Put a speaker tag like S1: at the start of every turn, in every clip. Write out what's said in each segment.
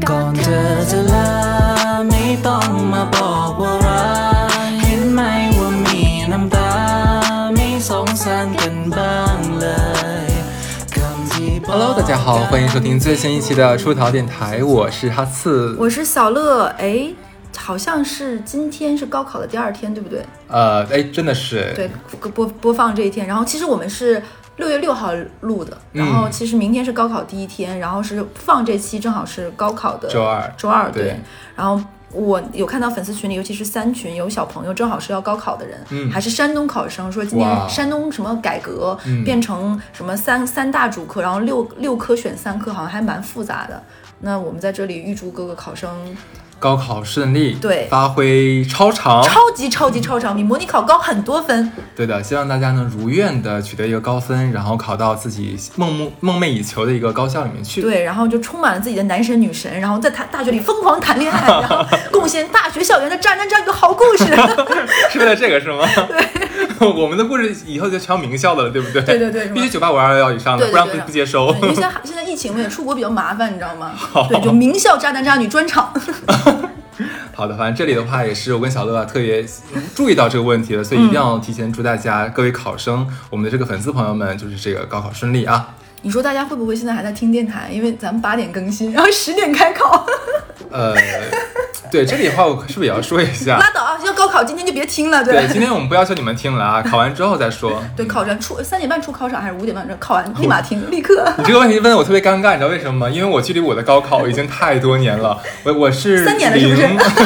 S1: ก่อนเธอจะลาไม่ต้องมาบอกว่ารักเห็นไหมว่ามีน้ำตาไม่สงสารกันบ้างเลย
S2: Hello， 大家好，欢迎收听最新一期的出逃电台，我是哈刺，
S3: 我是小乐。好像是今天是高考的第二天，对不对？
S2: 真的是
S3: 对，播放这一天。然后其实我们是6月6号录的，然后其实明天是高考第一天，然后是放这期正好是高考的周二对。然后我有看到粉丝群里，尤其是3群有小朋友正好是要高考的人，还是山东考生，说今年山东什么改革变成什么三大主科，然后六科选3科，好像还蛮复杂的。那我们在这里预祝各个考生
S2: 高考顺利，
S3: 对，
S2: 发挥超常，
S3: 超级超常，比模拟考高很多分。对
S2: 的，希望大家能如愿的取得一个高分，然后考到自己梦寐以求的一个高校里面去。
S3: 对，然后就充满了自己的男神女神，然后在大学里疯狂谈恋爱，然后贡献大学校园的渣一个好故事。
S2: 是为了这个是吗？
S3: 对，
S2: 我们的故事以后就全名校的了，对不对？
S3: 对，
S2: 必须98511以上的，
S3: 对，
S2: 不然不接收。
S3: 因为现在疫情嘛，出国比较麻烦，你知道吗？对，就名校渣男渣女专场。
S2: 好的，反正这里的话也是我跟小乐特别注意到这个问题了，所以一定要提前祝大家各位考生，我们的这个粉丝朋友们，就是这个高考顺利啊！
S3: 你说大家会不会现在还在听电台？因为咱们8点更新，然后10点开考。
S2: 对，这里的话我是不是也要说一下？
S3: 拉倒啊！要高考今天就别听了。
S2: 对，今天我们不要求你们听了啊，考完之后再说。
S3: 对，考完3点半出考场还是5点半考完立马听，立刻。
S2: 你这个问题问得我特别尴尬，你知道为什么吗？因为我距离我的高考已经太多年了，我是
S3: 3年了，是不是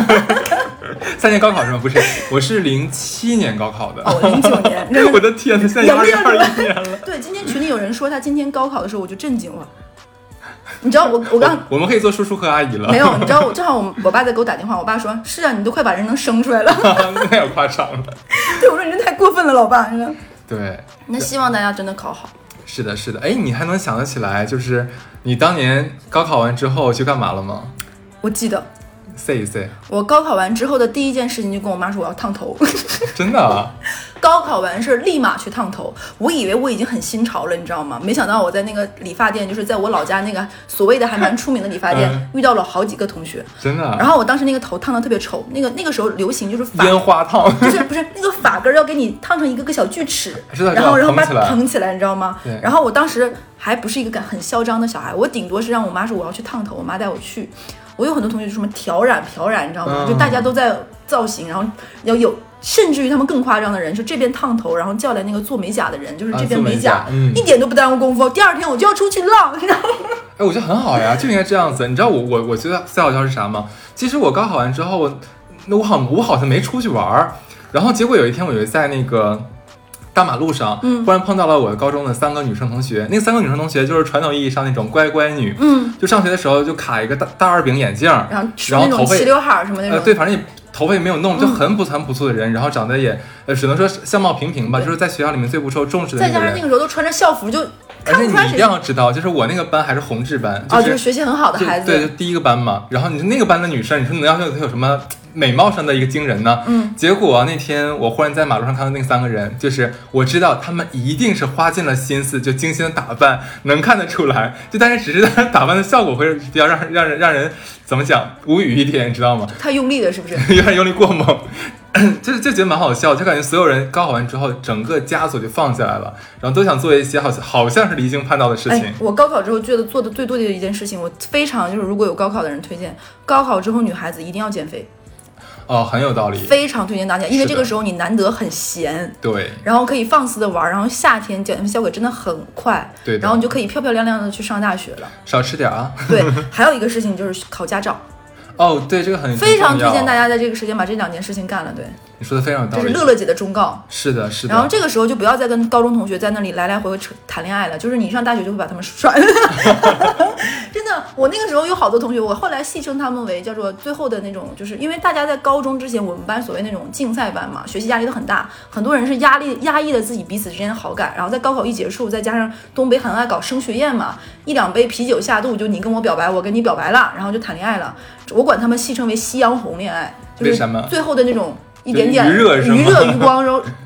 S2: ？3年高考是吗？不是，我是07年高考的。
S3: 09年。
S2: 我的天哪，现在2021年了。
S3: 对，今天群里有人说他今天高考的时候，我就震惊了。你知道
S2: 我们可以做叔叔和阿姨了。
S3: 没有，你知道正好我爸在给我打电话，我爸说是啊，你都快把人能生出来了。
S2: 那有夸张了。
S3: 对，我说你这太过分了，老爸。
S2: 对，
S3: 那希望大家真的考好。
S2: 是的。你还能想得起来，就是你当年高考完之后去干嘛了吗？
S3: 我记得。
S2: say 一 say。
S3: 我高考完之后的第一件事情就跟我妈说我要烫头。
S2: 真的啊？
S3: 高考完事立马去烫头，我以为我已经很新潮了，你知道吗？没想到我在那个理发店，就是在我老家那个所谓的还蛮出名的理发店，遇到了好几个同学。
S2: 真的。
S3: 然后我当时那个头烫得特别丑，那个时候流行就是
S2: 烟花烫，
S3: 不是那个发根要给你烫成一个小锯齿，然后把它蓬起来，你知道吗？然后我当时还不是一个很嚣张的小孩，我顶多是让我妈说我要去烫头，我妈带我去。我有很多同学就什么挑染，你知道吗？就大家都在造型，然后要有，甚至于他们更夸张的人，就这边烫头，然后叫来那个做美甲的人，就是这边美甲，一点都不耽误功夫。第二天我就要出去浪，你知道吗？
S2: 我觉得很好呀，就应该这样子。你知道我觉得最好笑是啥吗？其实我高考完之后，我好像没出去玩，然后结果有一天我就在那个大马路上，忽然碰到了我高中的3个女生同学。那3个女生同学就是传统意义上那种乖乖女，就上学的时候就卡一个大二饼眼镜，然后头发
S3: 齐刘海什么那种，
S2: 对，反正也头发也没有弄，就很朴素的人，然后长得也只能说相貌平平吧，就是在学校里面最不受重视的那个人。
S3: 再加上那个时候都穿着校服，就
S2: 而且你一定要知道，就是我那个班还是宏志班，
S3: 就是学习很好的孩子，
S2: 对，就第一个班嘛。然后你说那个班的女生，你说能要求她有什么美貌上的一个惊人呢？结果那天我忽然在马路上看到那3个人，就是我知道他们一定是花尽了心思，就精心的打扮，能看得出来。就但是只是打扮的效果会比较让人怎么讲无语一点，你知道吗？
S3: 太用力了，是不是？
S2: 有点用力过猛。就觉得蛮好笑，就感觉所有人高考完之后，整个枷锁就放下来了，然后都想做一些好像是离经叛道的事情。
S3: 我高考之后觉得做的最多的一件事情，我非常就是如果有高考的人推荐，高考之后女孩子一定要减肥。
S2: 很有道理，
S3: 非常推荐大家，因为这个时候你难得很闲，
S2: 对，
S3: 然后可以放肆的玩，然后夏天减肥效果真的很快，
S2: 对，
S3: 然后你就可以漂漂亮亮的去上大学了。
S2: 少吃点啊。
S3: 对，还有一个事情就是考驾照。
S2: 对，这个
S3: 非常推荐大家在这个时间把这2件事情干了。对，
S2: 你说的非常有道理，
S3: 这是乐乐姐的忠告。
S2: 是的。
S3: 然后这个时候就不要再跟高中同学在那里来回谈恋爱了，就是你上大学就会把他们甩了。真的，我那个时候有好多同学，我后来戏称他们为叫做最后的那种，就是因为大家在高中之前，我们班所谓那种竞赛班嘛，学习压力都很大，很多人是压抑了自己彼此之间的好感，然后在高考一结束，再加上东北很爱搞升学宴嘛，1-2杯啤酒下肚，就你跟我表白，我跟你表白了，然后就谈恋爱了。我管他们戏称为夕阳红恋爱，就是最后的那种一点点余热余光，然后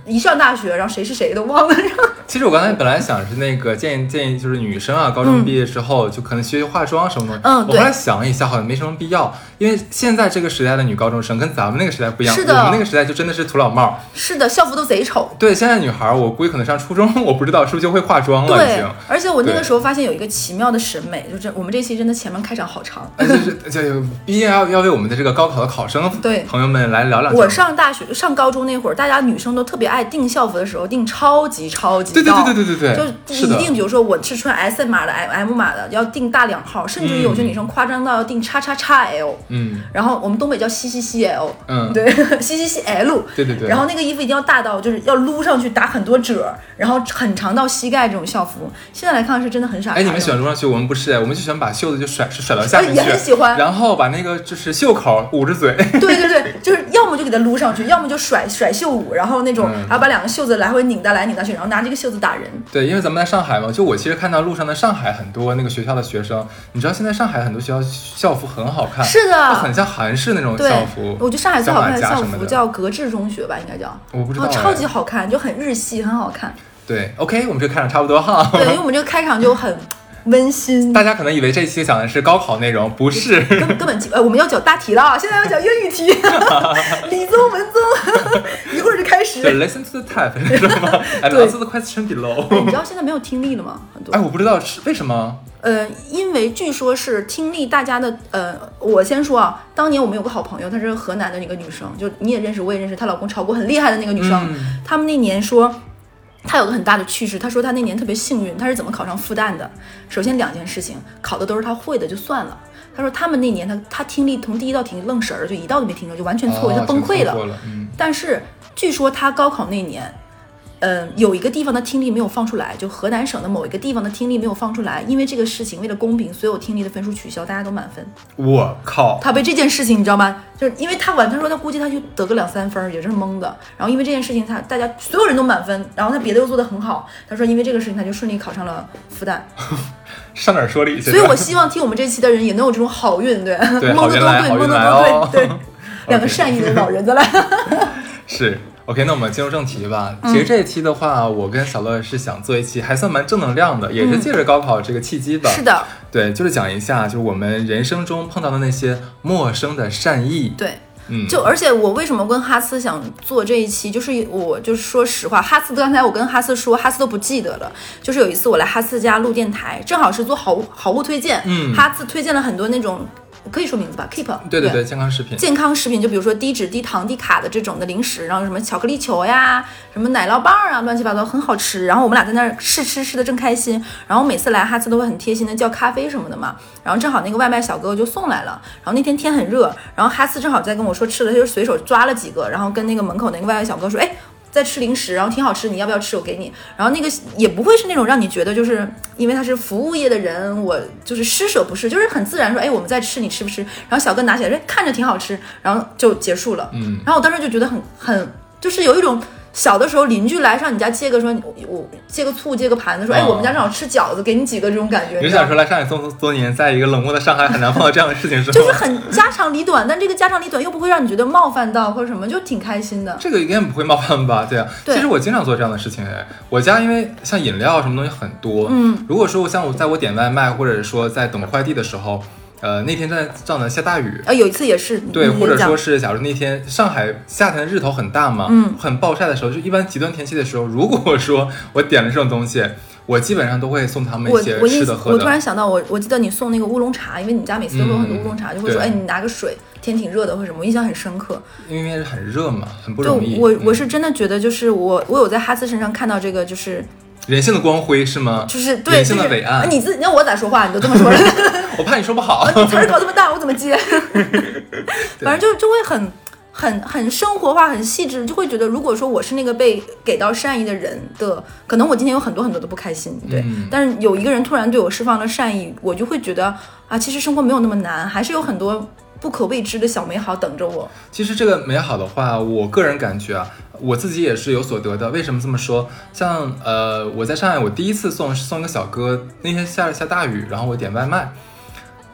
S3: 一上大学，然后谁是谁都忘了。
S2: 其实我刚才本来想是那个建议就是女生啊，高中毕业之后就可能学化妆什么的。我后来想一下，好像没什么必要，因为现在这个时代的女高中生跟咱们那个时代不一样。
S3: 是的，
S2: 我们那个时代就真的是土老帽。
S3: 是的，校服都贼丑。
S2: 对，现在女孩我估计可能上初中，我不知道是不是就会化妆了已经。
S3: 而且我那个时候发现有一个奇妙的审美，就是我们这期真的前面开场好长。
S2: 就是毕业要为我们的这个高考的考生朋友们来聊聊。
S3: 我上大学上高中那会儿，大家女生都特别爱订校服的时候订超级高。
S2: 对，
S3: 就一定比如说我是穿 S 码的 M 码的，要订大2号，甚至于有些女生夸张到要订XXXL，然后我们东北叫CCCL，对，CCCL，
S2: 对，
S3: 然后那个衣服一定要大到就是要撸上去打很多褶，然后很长到膝盖这种校服，现在来看是真的很傻。
S2: 你们喜欢撸上去，我们不是，我们就喜欢把袖子就甩到下面去，
S3: 也很喜欢，
S2: 然后把那个就是袖口捂着嘴。
S3: 对，就是要么就给它撸上去，要么就甩袖舞，然后那种然后把2个袖子来回拧来拧去，然后拿这个袖子打人。
S2: 对，因为咱们在上海嘛，就我其实看到路上的上海很多那个学校的学生，你知道现在上海很多学校校服很好看，
S3: 是的，
S2: 很像韩式那种校服。
S3: 我觉得上海最好看的校服叫格致中学吧，应该叫，
S2: 我不知道，
S3: 超级好看，就很日系，很好看。
S2: 对 ，OK， 我们这个开场差不多哈。
S3: 对，因为我们这个开场就很温馨。
S2: 大家可能以为这一期讲的是高考内容，不是，
S3: 根本我们要讲大题了，现在要讲英语题，理综文综，一会儿就开始。
S2: 对 ，listen to the type 是吗？And answer the question below。
S3: 你知道现在没有听力了吗？很多。
S2: 我不知道是为什么。
S3: 因为据说是听力，大家的我先说啊，当年我们有个好朋友，她是河南的那个女生，就你也认识，我也认识，她老公炒股很厉害的那个女生，他们那年说。他有个很大的趣事，他说他那年特别幸运，他是怎么考上复旦的？首先2件事情，考的都是他会的就算了。他说他们那年他听力从第一道题愣神儿，就一道都没听着，就完全错，他崩溃了。但是据说他高考那年，有一个地方的听力没有放出来，就河南省的某一个地方的听力没有放出来，因为这个事情为了公平，所有听力的分数取消，大家都满分。
S2: 我靠！
S3: 他被这件事情你知道吗？就是因为他说他估计他就得个2-3分，也是懵的。然后因为这件事情大家所有人都满分，然后他别的又做得很好。他说因为这个事情他就顺利考上了复旦。
S2: 上哪儿说理去？
S3: 所以我希望听我们这期的人也能有这种好运，对，蒙的都对，蒙的都对，2个善意的老人再来。
S2: 是。OK， 那我们进入正题吧。其实这一期的话，我跟小乐是想做一期还算蛮正能量的，也是借着高考这个契机吧。
S3: 是的，
S2: 对，就是讲一下，就是我们人生中碰到的那些陌生的善意。
S3: 对，而且我为什么跟哈斯想做这一期，就是我就是说实话，哈斯刚才我跟哈斯说，哈斯都不记得了。就是有一次我来哈斯家录电台，正好是做好物推荐，哈斯推荐了很多那种。可以说名字吧 ，Keep。
S2: 对，健康食品。健
S3: 康食品，就比如说低脂、低糖、低卡的这种的零食，然后什么巧克力球呀，什么奶酪棒啊，乱七八糟，很好吃。然后我们俩在那儿吃的正开心。然后每次来哈斯都会很贴心的叫咖啡什么的嘛。然后正好那个外卖小哥哥就送来了。然后那天天很热，然后哈斯正好在跟我说吃的，他就随手抓了几个，然后跟那个门口那个外卖小哥说，哎。在吃零食，然后挺好吃，你要不要吃？我给你。然后那个也不会是那种让你觉得就是因为他是服务业的人，我就是施舍，不是，就是很自然说，哎，我们在吃，你吃不吃？然后小哥拿起来，看着挺好吃，然后就结束了。然后我当时就觉得很就是有一种。小的时候邻居来上你家借个说我借个醋借个盘子说，哎，我们家正好吃饺子，给你几个这种感觉。
S2: 你想说来上海这么多年，在一个冷漠的上海很难碰到这样的事情是吗？
S3: 就是很家长里短，但这个家长里短又不会让你觉得冒犯到或者什么，就挺开心的。
S2: 这个应该不会冒犯吧？对啊，其实我经常做这样的事情。我家因为像饮料什么东西很多，如果说像我点外卖或者说在等快递的时候。那天在正在下大雨，
S3: 有一次也是
S2: 对，或者说是假如那天上海夏天的日头很大嘛，很暴晒的时候，就一般极端天气的时候，如果说我点了这种东西，我基本上都会送他们一些吃的喝的。
S3: 我突然想到，我记得你送那个乌龙茶，因为你家每次都会有很多乌龙茶，就会说，哎，你拿个水，天挺热的或者什么，我印象很深刻。
S2: 因为很热嘛，很不容易。
S3: 我是真的觉得，就是我有在哈斯身上看到这个，就是
S2: 人性的光辉是吗？
S3: 就是对
S2: 人性的伟岸。
S3: 你那我咋说话？你都这么说了。
S2: 我怕你说不好。
S3: 你词儿搞这么大，我怎么接？反正就会很生活化，很细致，就会觉得，如果说我是那个被给到善意的人的，可能我今天有很多很多的不开心，对。但是有一个人突然对我释放了善意，我就会觉得啊，其实生活没有那么难，还是有很多不可未知的小美好等着我。
S2: 其实这个美好的话，我个人感觉啊，我自己也是有所得的。为什么这么说？像我在上海，我第一次送一个小哥，那天下大雨，然后我点外卖。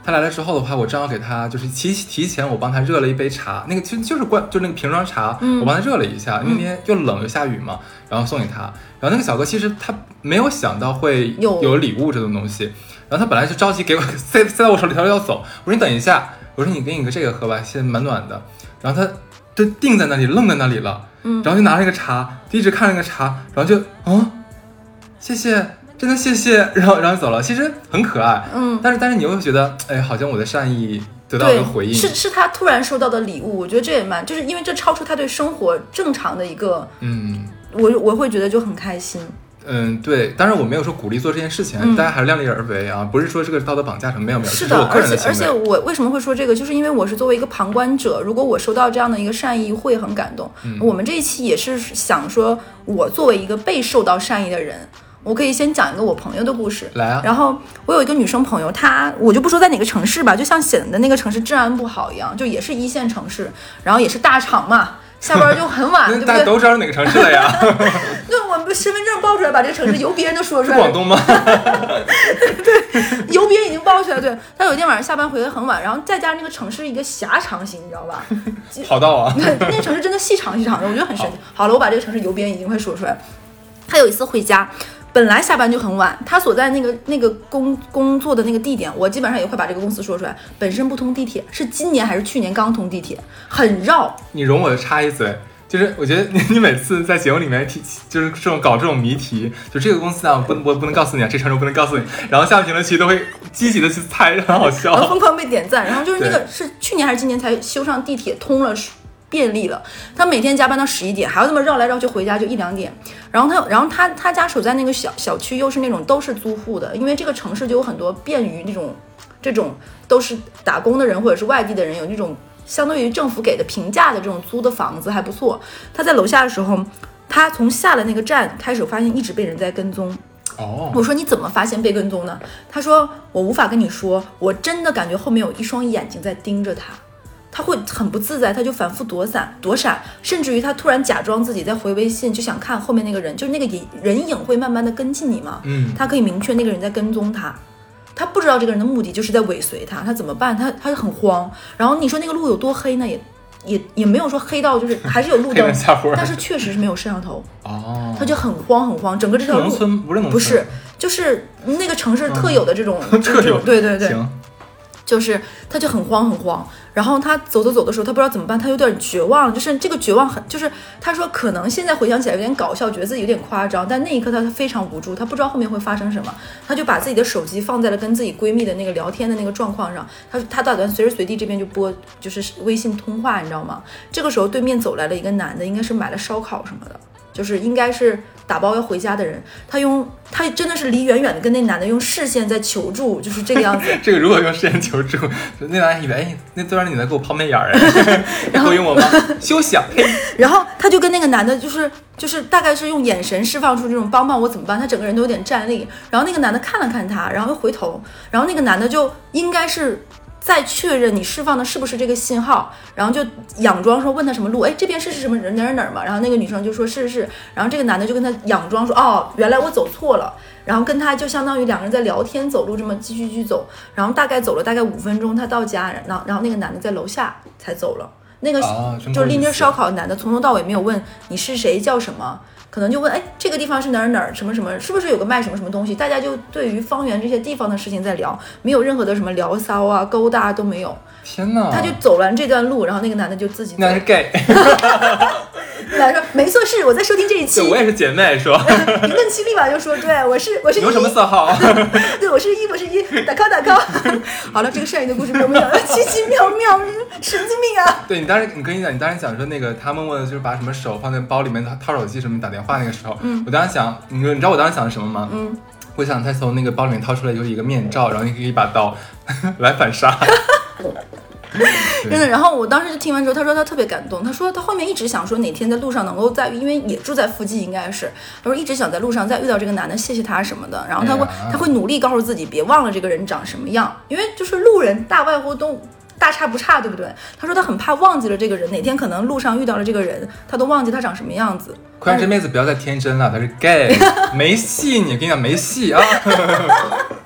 S2: 他来了之后的话，我正好给他就是提前我帮他热了一杯茶，那个其实就是那个瓶装茶，我帮他热了一下，因为那天又冷又下雨嘛，然后送给他。然后那个小哥其实他没有想到会有礼物这种东西，然后他本来就着急给我塞到我手里，他说要走，我说你等一下，我说你给你个这个喝吧，现在蛮暖的。然后他就定在那里，愣在那里了，然后就拿了一个茶，一直看那个茶，然后就谢谢。真的谢谢，然后走了，其实很可爱，但是你又会觉得，哎，好像我的善意得到了回应，
S3: 是他突然收到的礼物，我觉得这也就是因为这超出他对生活正常的一个，我会觉得就很开心。
S2: 对，当然我没有说鼓励做这件事情，大家还是量力而为啊，不是说这个道德绑架什么，没有，
S3: 是的，
S2: 我个人的行为。
S3: 而且我为什么会说这个，就是因为我是作为一个旁观者，如果我收到这样的一个善意，会很感动。我们这一期也是想说，我作为一个被受到善意的人。我可以先讲一个我朋友的故事，
S2: 来啊。
S3: 然后我有一个女生朋友，我就不说在哪个城市吧，就像显得那个城市治安不好一样，就也是一线城市，然后也是大厂嘛，下班就很晚，对不对？
S2: 大家都知道哪个城市了呀？
S3: 对，我们身份证报出来，把这个城市由别人都说出来。
S2: 是广东吗？
S3: 对，由别人已经报出来。对，他有一天晚上下班回来很晚，然后再加上那个城市一个狭长型，你知道吧？
S2: 跑道啊。
S3: 对，那个城市真的细长的，我觉得很神奇。好了，我把这个城市由别人已经快说出来。他有一次回家。本来下班就很晚，他所在那个工作的那个地点，我基本上也会把这个公司说出来，本身不通地铁，是今年还是去年刚通地铁，很绕。
S2: 你容我插一嘴，就是我觉得你每次在节目里面就是这种搞这种谜题，就这个公司啊，我不能告诉你啊，这城市我不能告诉你，然后下面评论区都会积极的去猜，很好笑，
S3: 然后疯狂被点赞，然后就是那个是去年还是今年才修上地铁通了。便利了，他每天加班到11点，还要这么绕来绕去回家就1、2点。然后他家守在那个小区，又是那种都是租户的，因为这个城市就有很多便于这种都是打工的人或者是外地的人，有那种相对于政府给的平价的这种租的房子还不错。他在楼下的时候，他从下了那个站开始，发现一直被人在跟踪。我说你怎么发现被跟踪呢？他说我无法跟你说，我真的感觉后面有一双眼睛在盯着他。他会很不自在，他就反复躲闪，甚至于他突然假装自己在回微信，就想看后面那个人，就是那个人影会慢慢的跟进你嘛。他可以明确那个人在跟踪他，他不知道这个人的目的就是在尾随他，他怎么办？他很慌。然后你说那个路有多黑呢？也没有说黑到就是还是有路灯，但是确实是没有摄像头。他就很慌，整个这条路
S2: 农村不是农村，
S3: 不是，就是那个城市特有的这种
S2: 特有，
S3: 对。
S2: 行。
S3: 就是他就很慌，然后他走的时候，他不知道怎么办，他有点绝望了。就是这个绝望就是他说可能现在回想起来有点搞笑，觉得自己有点夸张，但那一刻他非常无助，他不知道后面会发生什么，他就把自己的手机放在了跟自己闺蜜的那个聊天的那个状况上，他打算随时随地这边就播就是微信通话，你知道吗？这个时候对面走来了一个男的，应该是买了烧烤什么的，就是应该是打包要回家的人，他真的是离远远的跟那男的用视线在求助，就是这个样子。
S2: 这个如果用视线求助，那男的以为哎，那对面你在给我抛媚眼勾引我吗？休想！
S3: 然后他就跟那个男的就是大概是用眼神释放出这种帮我怎么办，他整个人都有点站立。然后那个男的看了看他，然后又回头，然后那个男的就应该是再确认你释放的是不是这个信号，然后就佯装说问他什么路，哎，这边是什么人哪儿嘛？然后那个女生就说是，然后这个男的就跟他佯装说哦，原来我走错了，然后跟他就相当于两个人在聊天走路这么继续走，然后大概走了大概5分钟，他到家，然后那个男的在楼下才走了。那个就是拎着烧烤的男的从头到尾没有问你是谁叫什么，可能就问哎这个地方是哪儿什么什么，是不是有个卖什么东西，大家就对于方圆这些地方的事情在聊，没有任何的什么聊骚啊勾搭都没有。
S2: 天哪！
S3: 他就走完这段路，然后那个男的就自己走。
S2: 那是 gay。
S3: 来说没错，是我在收听这一期。
S2: 对，我也是姐妹说。
S3: 评论区立马就说，对我是
S2: 有什么色号？
S3: 对，我是一，打 call。好了，这个善意的故事没有奇奇妙妙，神经病啊！
S2: 对你跟你讲，你当时讲说那个他默默的就是把什么手放在包里面掏手机什么打电话那个时候，我当时想，你知道我当时想的什么吗？我想他从那个包里面掏出来有一个面罩，然后你可以一把刀来反杀。
S3: 真的，然后我当时就听完之后，他说他特别感动，他说他后面一直想说哪天在路上能够因为也住在附近，应该是他说一直想在路上再遇到这个男的，谢谢他什么的，然后他会努力告诉自己别忘了这个人长什么样，因为就是路人大外乎都大差不差，对不对？他说他很怕忘记了这个人，哪天可能路上遇到了这个人，他都忘记他长什么样子。
S2: 快这妹子不要再天真了，她是 gay， 没戏，你跟你讲没戏啊。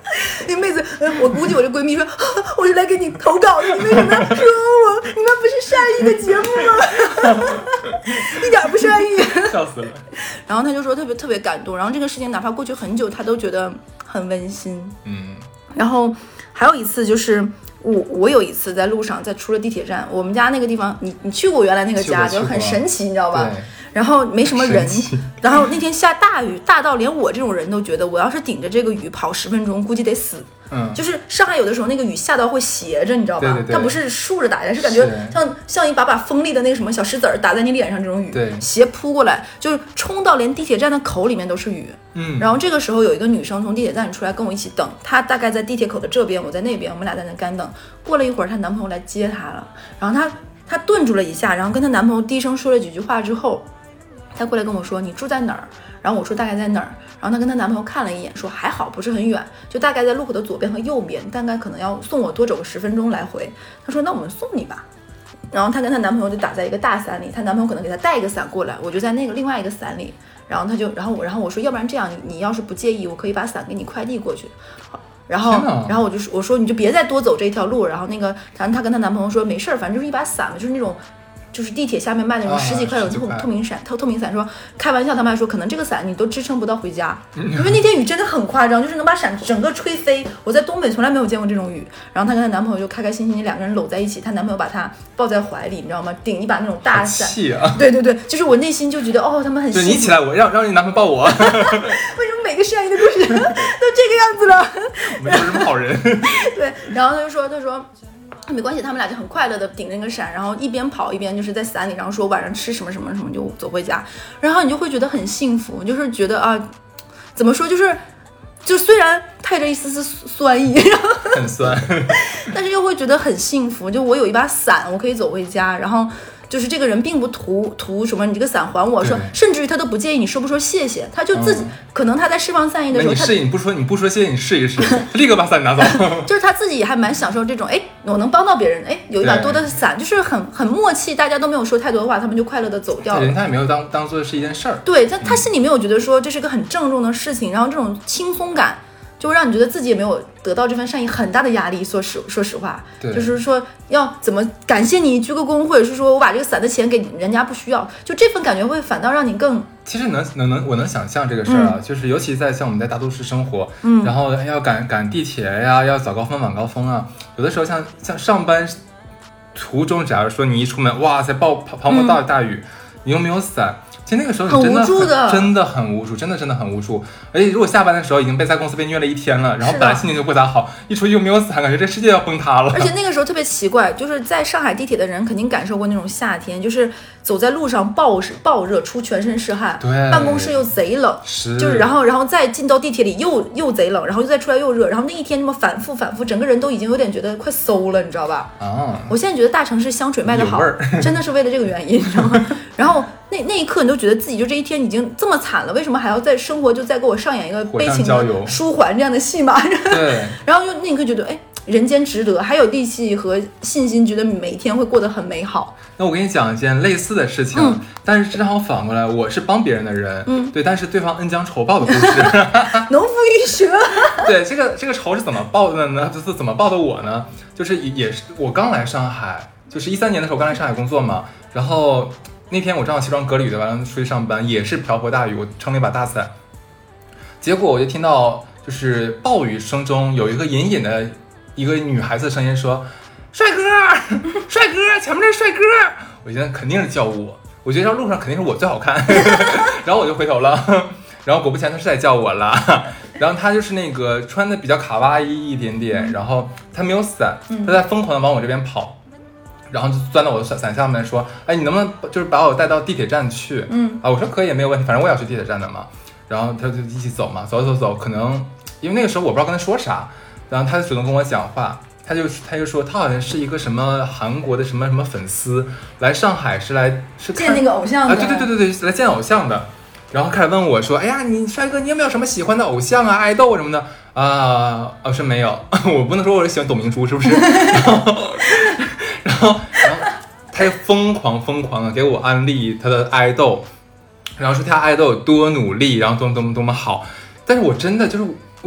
S3: 那妹子，我估计我这闺蜜说，我是来给你投稿的，你为什么要说我？你们不是善意的节目吗？一点不善意，
S2: 笑死了。
S3: 然后他就说特别感动，然后这个事情哪怕过去很久，他都觉得很温馨。然后还有一次就是我有一次在路上，在出了地铁站，我们家那个地方，你去过原来那个家，就很神奇，你知道吧？然后没什么人，然后那天下大雨，大到连我这种人都觉得，我要是顶着这个雨跑10分钟，估计得死。就是上海有的时候那个雨下到会斜着，你知道吧？它不是竖着打下来，是感觉像一把锋利的那个什么小石子儿打在你脸上，这种雨斜扑过来，就是冲到连地铁站的口里面都是雨。然后这个时候有一个女生从地铁站里出来跟我一起等，她大概在地铁口的这边，我在那边，我们俩在那干等。过了一会儿，她男朋友来接她了，然后她顿住了一下，然后跟她男朋友低声说了几句话之后，她过来跟我说你住在哪儿？然后我说大概在哪儿，然后她跟她男朋友看了一眼，说还好不是很远，就大概在路口的左边和右边，大概可能要送我多走个10分钟来回。她说那我们送你吧。然后她跟她男朋友就打在一个大伞里，她男朋友可能给她带一个伞过来，我就在那个另外一个伞里。然后我说要不然这样，你要是不介意，我可以把伞给你快递过去。然后我说你就别再多走这一条路。然后她跟她男朋友说没事儿，反正就是一把伞嘛，就是那种。就是地铁下面卖的那种10几块的透明伞，说开玩笑，他们还说可能这个伞你都支撑不到回家，因为那天雨真的很夸张，就是能把伞整个吹飞。我在东北从来没有见过这种雨。然后她跟她男朋友就开开心心两个人搂在一起，她男朋友把她抱在怀里，你知道吗？顶一把那种大伞。气啊！对，就是我内心就觉得他们很幸福。
S2: 你起来，我让你男朋友抱我。
S3: 为什么每个善意的故事都这个样子了？
S2: 没有什么好人。
S3: 对，然后他说。没关系，他们俩就很快乐的顶着那个伞，然后一边跑一边就是在伞里，然后说晚上吃什么什么什么就走回家，然后你就会觉得很幸福，就是觉得怎么说，就虽然带着一丝丝酸意，
S2: 很酸，
S3: 但是又会觉得很幸福。就我有一把伞，我可以走回家，然后就是这个人并不图什么，你这个伞还我，说甚至于他都不介意你说不说谢谢，他就自己可能他在释放善意的时候，
S2: 你不说谢谢，你试一试，立刻把伞拿走。
S3: 就是他自己也还蛮享受这种，我能帮到别人，有一把多的伞，就是很默契，大家都没有说太多的话，他们就快乐的走掉了。
S2: 人他也没有当做是一件事儿，
S3: 对，他心里没有觉得说这是个很郑重的事情，然后这种轻松感。就让你觉得自己也没有得到这份善意，很大的压力。说实话，就是说要怎么感谢你鞠个躬，或者是说我把这个伞的钱给人家不需要，就这份感觉会反倒让你更。
S2: 其实我能想象这个事儿啊，就是尤其像我们在大都市生活，然后要赶地铁呀，要早高峰晚高峰啊，有的时候像上班途中，假如说你一出门，哇塞，滂沱大雨，你又没有伞。其实那个时候你真的很无助，真的很无助。而且如果下班的时候已经在公司被虐了一天了，然后本来心情就不咋好，一出去又没有伞，感觉这世界要崩塌了。
S3: 而且那个时候特别奇怪，就是在上海地铁的人肯定感受过那种夏天，就是走在路上暴热，出全身是汗，
S2: 对，
S3: 办公室又贼冷，就是然后再进到地铁里又贼冷，然后再出来又热，然后那一天那么反复，整个人都已经有点觉得快馊了，你知道吧？我现在觉得大城市香水卖得好，真的是为了这个原因，你知道吗？然后那一刻你都觉得自己就这一天已经这么惨了，为什么还要在生活就再给我上演一个悲情的舒缓这样的戏码？
S2: 对，
S3: 然后就那一刻觉得人间值得，还有力气和信心，觉得每一天会过得很美好。
S2: 那我给你讲一件类似的事情，但是正好反过来，我是帮别人的人，对，但是对方恩将仇报的故事，
S3: 农夫与蛇。
S2: 对，这个仇是怎么报的呢？就是怎么报的我呢？就是也是我刚来上海，就是13年的时候刚来上海工作嘛，然后那天我正好西装革履的完了出去上班，也是瓢泼大雨，我撑了一把大伞，结果我就听到就是暴雨声中有一个隐隐的一个女孩子的声音说：“帅哥，前面这帅哥！”我觉得肯定是叫我觉得这路上肯定是我最好看，然后我就回头了，然后果不其然他是在叫我了，然后他就是那个穿的比较卡哇伊一点点，然后他没有伞，他在疯狂的往我这边跑。然后就钻到我的伞下面说：“你能不能就是把我带到地铁站去？”我说可以，没有问题，反正我也要去地铁站的嘛。然后他就一起走嘛，走，可能因为那个时候我不知道跟他说啥，然后他就主动跟我讲话，他就说他好像是一个什么韩国的什么粉丝，来上海是
S3: 见那个偶像的
S2: 对，来见偶像的。然后开始问我说：“哎呀，你帅哥，你有没有什么喜欢的偶像啊、爱豆什么的啊？”我说没有，我不能说我喜欢董明珠，是不是？然后他就疯狂的给我安利他的爱豆，然后说他爱豆有多努力，然后多么好。但是我真的就是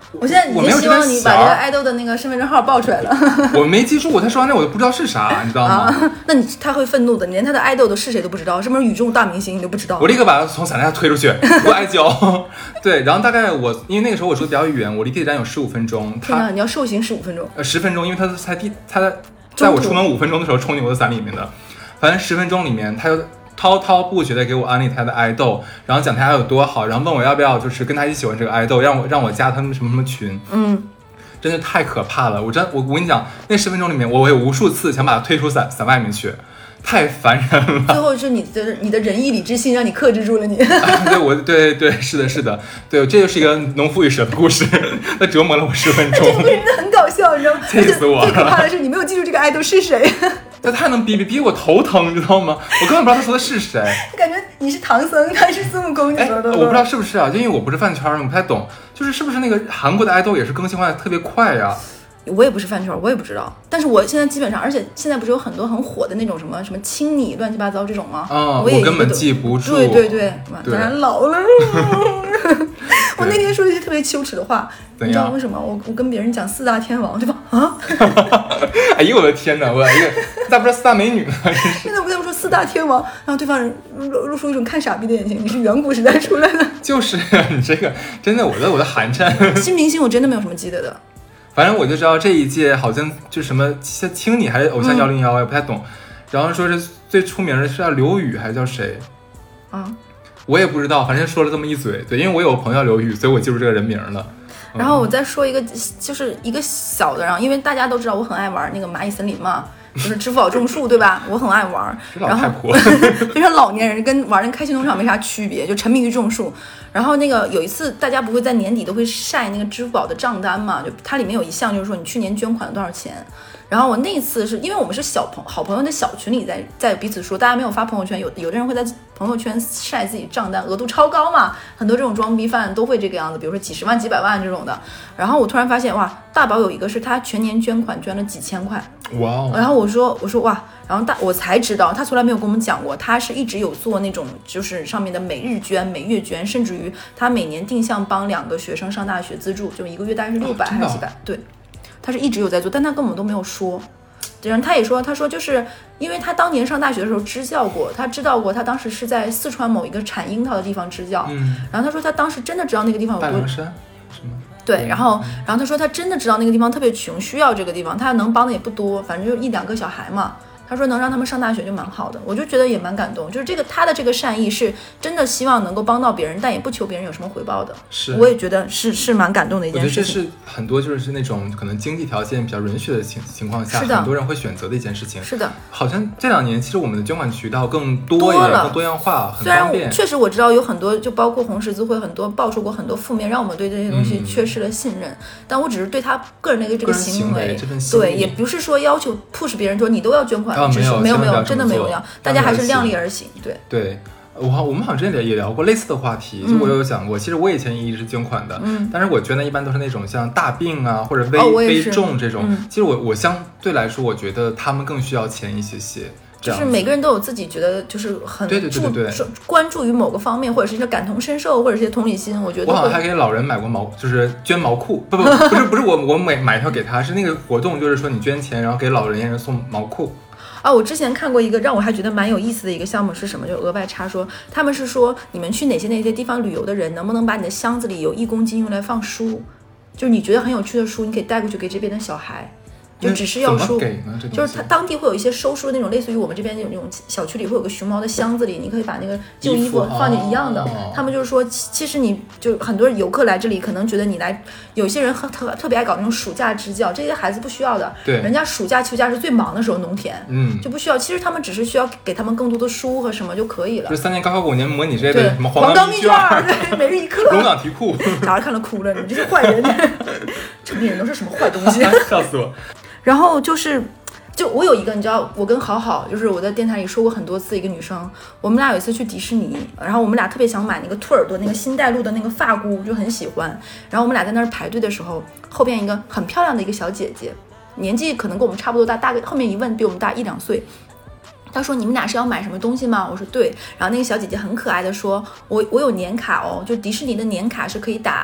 S3: 我现在已经希望你把这个爱豆的那个身份证号报出来了。
S2: 我没记住，他说完那我就不知道是啥，你知道吗？
S3: 那他会愤怒的，你连他的爱豆都是谁都不知道，是不是宇宙大明星你都不知道？
S2: 我立刻把他从伞下推出去，我爱教。对，然后大概因为那个时候我住的比较远，我离地铁站有15分钟。
S3: 天哪，你要受刑15分钟
S2: ？10分钟，因为他在我出门5分钟的时候冲进我的伞里面的，反正10分钟里面他就滔滔不绝的给我安利他的爱豆，然后讲他有多好，然后问我要不要就是跟他一起喜欢这个爱豆，让我加他们什么什么群。真的太可怕了。我跟你讲，那10分钟里面我有无数次想把他推出伞外面去，太烦人了。
S3: 最后是你的仁义礼智信让你克制住了你。
S2: 对，是的，对，这就是一个农夫与蛇的故事，那折磨了我10分钟。
S3: 这个真的很搞笑，你知道吗？
S2: 气死我了！
S3: 最可怕的是你没有记住这个爱豆是谁。
S2: 他太能逼我头疼，你知道吗？我根本不知道他说的是谁。
S3: 感觉你是唐僧，他是孙悟空，你知道吗？
S2: 我不知道是不是啊，因为我不是饭圈，我不太懂，是不是那个韩国的爱豆也是更新换代特别快呀？
S3: 我也不是饭圈，我也不知道。但是我现在基本上，而且现在不是有很多很火的那种什么亲你乱七八糟这种吗？
S2: 我根本记不住。
S3: 对，咱老了。我那天说了一句特别羞耻的话，你知道为什么？我跟别人讲4大天王，对吧？
S2: 哎呦我的天哪！咋不知道4大美女呢？
S3: 现在我跟他们说4大天王，然后对方人露出一种看傻逼的眼睛。你是远古时代出来的？
S2: 就是你这个真的，我的寒碜。
S3: 新明星我真的没有什么记得的。
S2: 反正我就知道这一届好像就什么青你还是偶像101，也不太懂。然后说是最出名的是叫刘宇还是叫谁
S3: 啊？
S2: 我也不知道，反正说了这么一嘴。对，因为我有朋友叫刘宇，所以我记住这个人名了。
S3: 然后我再说一个，就是一个小的，然后因为大家都知道我很爱玩那个蚂蚁森林嘛，就是支付宝种树，对吧？我很爱玩，然后非常老年人，跟玩那个开心农场没啥区别，就沉迷于种树。然后那个有一次，大家不会在年底都会晒那个支付宝的账单嘛？就它里面有一项就是说你去年捐款了多少钱。然后我那一次是因为我们是好朋友的小群里在彼此说，大家没有发朋友圈，有的人会在朋友圈晒自己账单，额度超高嘛，很多这种装逼犯都会这个样子，比如说几十万、几百万这种的。然后我突然发现，哇，大宝有一个是他全年捐款捐了几千块，
S2: 哇！
S3: 然后我说哇，然后我才知道他从来没有跟我们讲过，他是一直有做那种就是上面的每日捐、每月捐，甚至于他每年定向帮2个学生上大学资助，就一个月大概是600还是700，对。他是一直有在做，但他跟我们都没有说。然后他也说，他说就是因为他当年上大学的时候支教过，他知道过，他当时是在四川某一个产樱桃的地方支教。然后他说他当时真的知道那个地方有多。
S2: 大凉山是吗？
S3: 对，然后他说他真的知道那个地方特别穷，需要这个地方，他能帮的也不多，反正就1-2个小孩嘛。他说能让他们上大学就蛮好的，我就觉得也蛮感动，就是他的这个善意是真的希望能够帮到别人，但也不求别人有什么回报的。
S2: 是，
S3: 我也觉得是蛮感动的一件事情。
S2: 我觉得这是很多就是那种可能经济条件比较允许的情况下，很多人会选择的一件事情。
S3: 是的，
S2: 好像这2年其实我们的捐款渠道更多了，更多样化，很方便。
S3: 确实我知道有很多，就包括红十字会很多爆出过很多负面，让我们对这些东西缺失了信任。但我只是对他个人的这个行为，对，也不是说要求 push 别人说你都要捐款，没有。真的没有要，大家还是量力而行。
S2: 对，我们好像之前也聊过类似的话题，就我有讲过，其实我以前也一直捐款的，但是我捐的一般都是那种像大病啊或者危重这种，其实我相对来说，我觉得他们更需要钱一些。
S3: 就是每个人都有自己觉得就是很
S2: 对
S3: 关注于某个方面，或者是一些感同身受，或者是一些同理心。我觉得
S2: 我好像还给老人买过就是捐毛裤，不是我买一条给他，是那个活动，就是说你捐钱，然后给老年人送毛裤。
S3: 我之前看过一个让我还觉得蛮有意思的一个项目是什么？就额外插说，他们是说你们去哪些地方旅游的人，能不能把你的箱子里有1公斤用来放书，就是你觉得很有趣的书，你可以带过去给这边的小孩。就只是要书，就是他当地会有一些收书的那种，类似于我们这边那种小区里会有个熊猫的箱子里，你可以把那个旧衣服放进一样的。他们就是说，其实你就很多游客来这里，可能觉得你来，有些人特别爱搞那种暑假支教，这些孩子不需要的。
S2: 对，
S3: 人家暑假秋假是最忙的时候，农田，就不需要。其实他们只是需要给他们更多的书和什么就可以了。
S2: 就3年高考5年模拟这类什么
S3: 黄冈密卷，对，每日一课，
S2: 龙岗题库，
S3: 小孩看了哭了，你们这些坏人，城里人都是什么坏东西？
S2: 笑死我！
S3: 然后就我有一个，你知道，我跟好就是我在电台里说过很多次，一个女生，我们俩有一次去迪士尼，然后我们俩特别想买那个兔耳朵那个新带路的那个发箍，就很喜欢。然后我们俩在那儿排队的时候，后边一个很漂亮的一个小姐姐，年纪可能跟我们差不多大，大概后面一问比我们大1-2岁。她说你们俩是要买什么东西吗？我说对。然后那个小姐姐很可爱的说，我有年卡哦，就迪士尼的年卡是可以打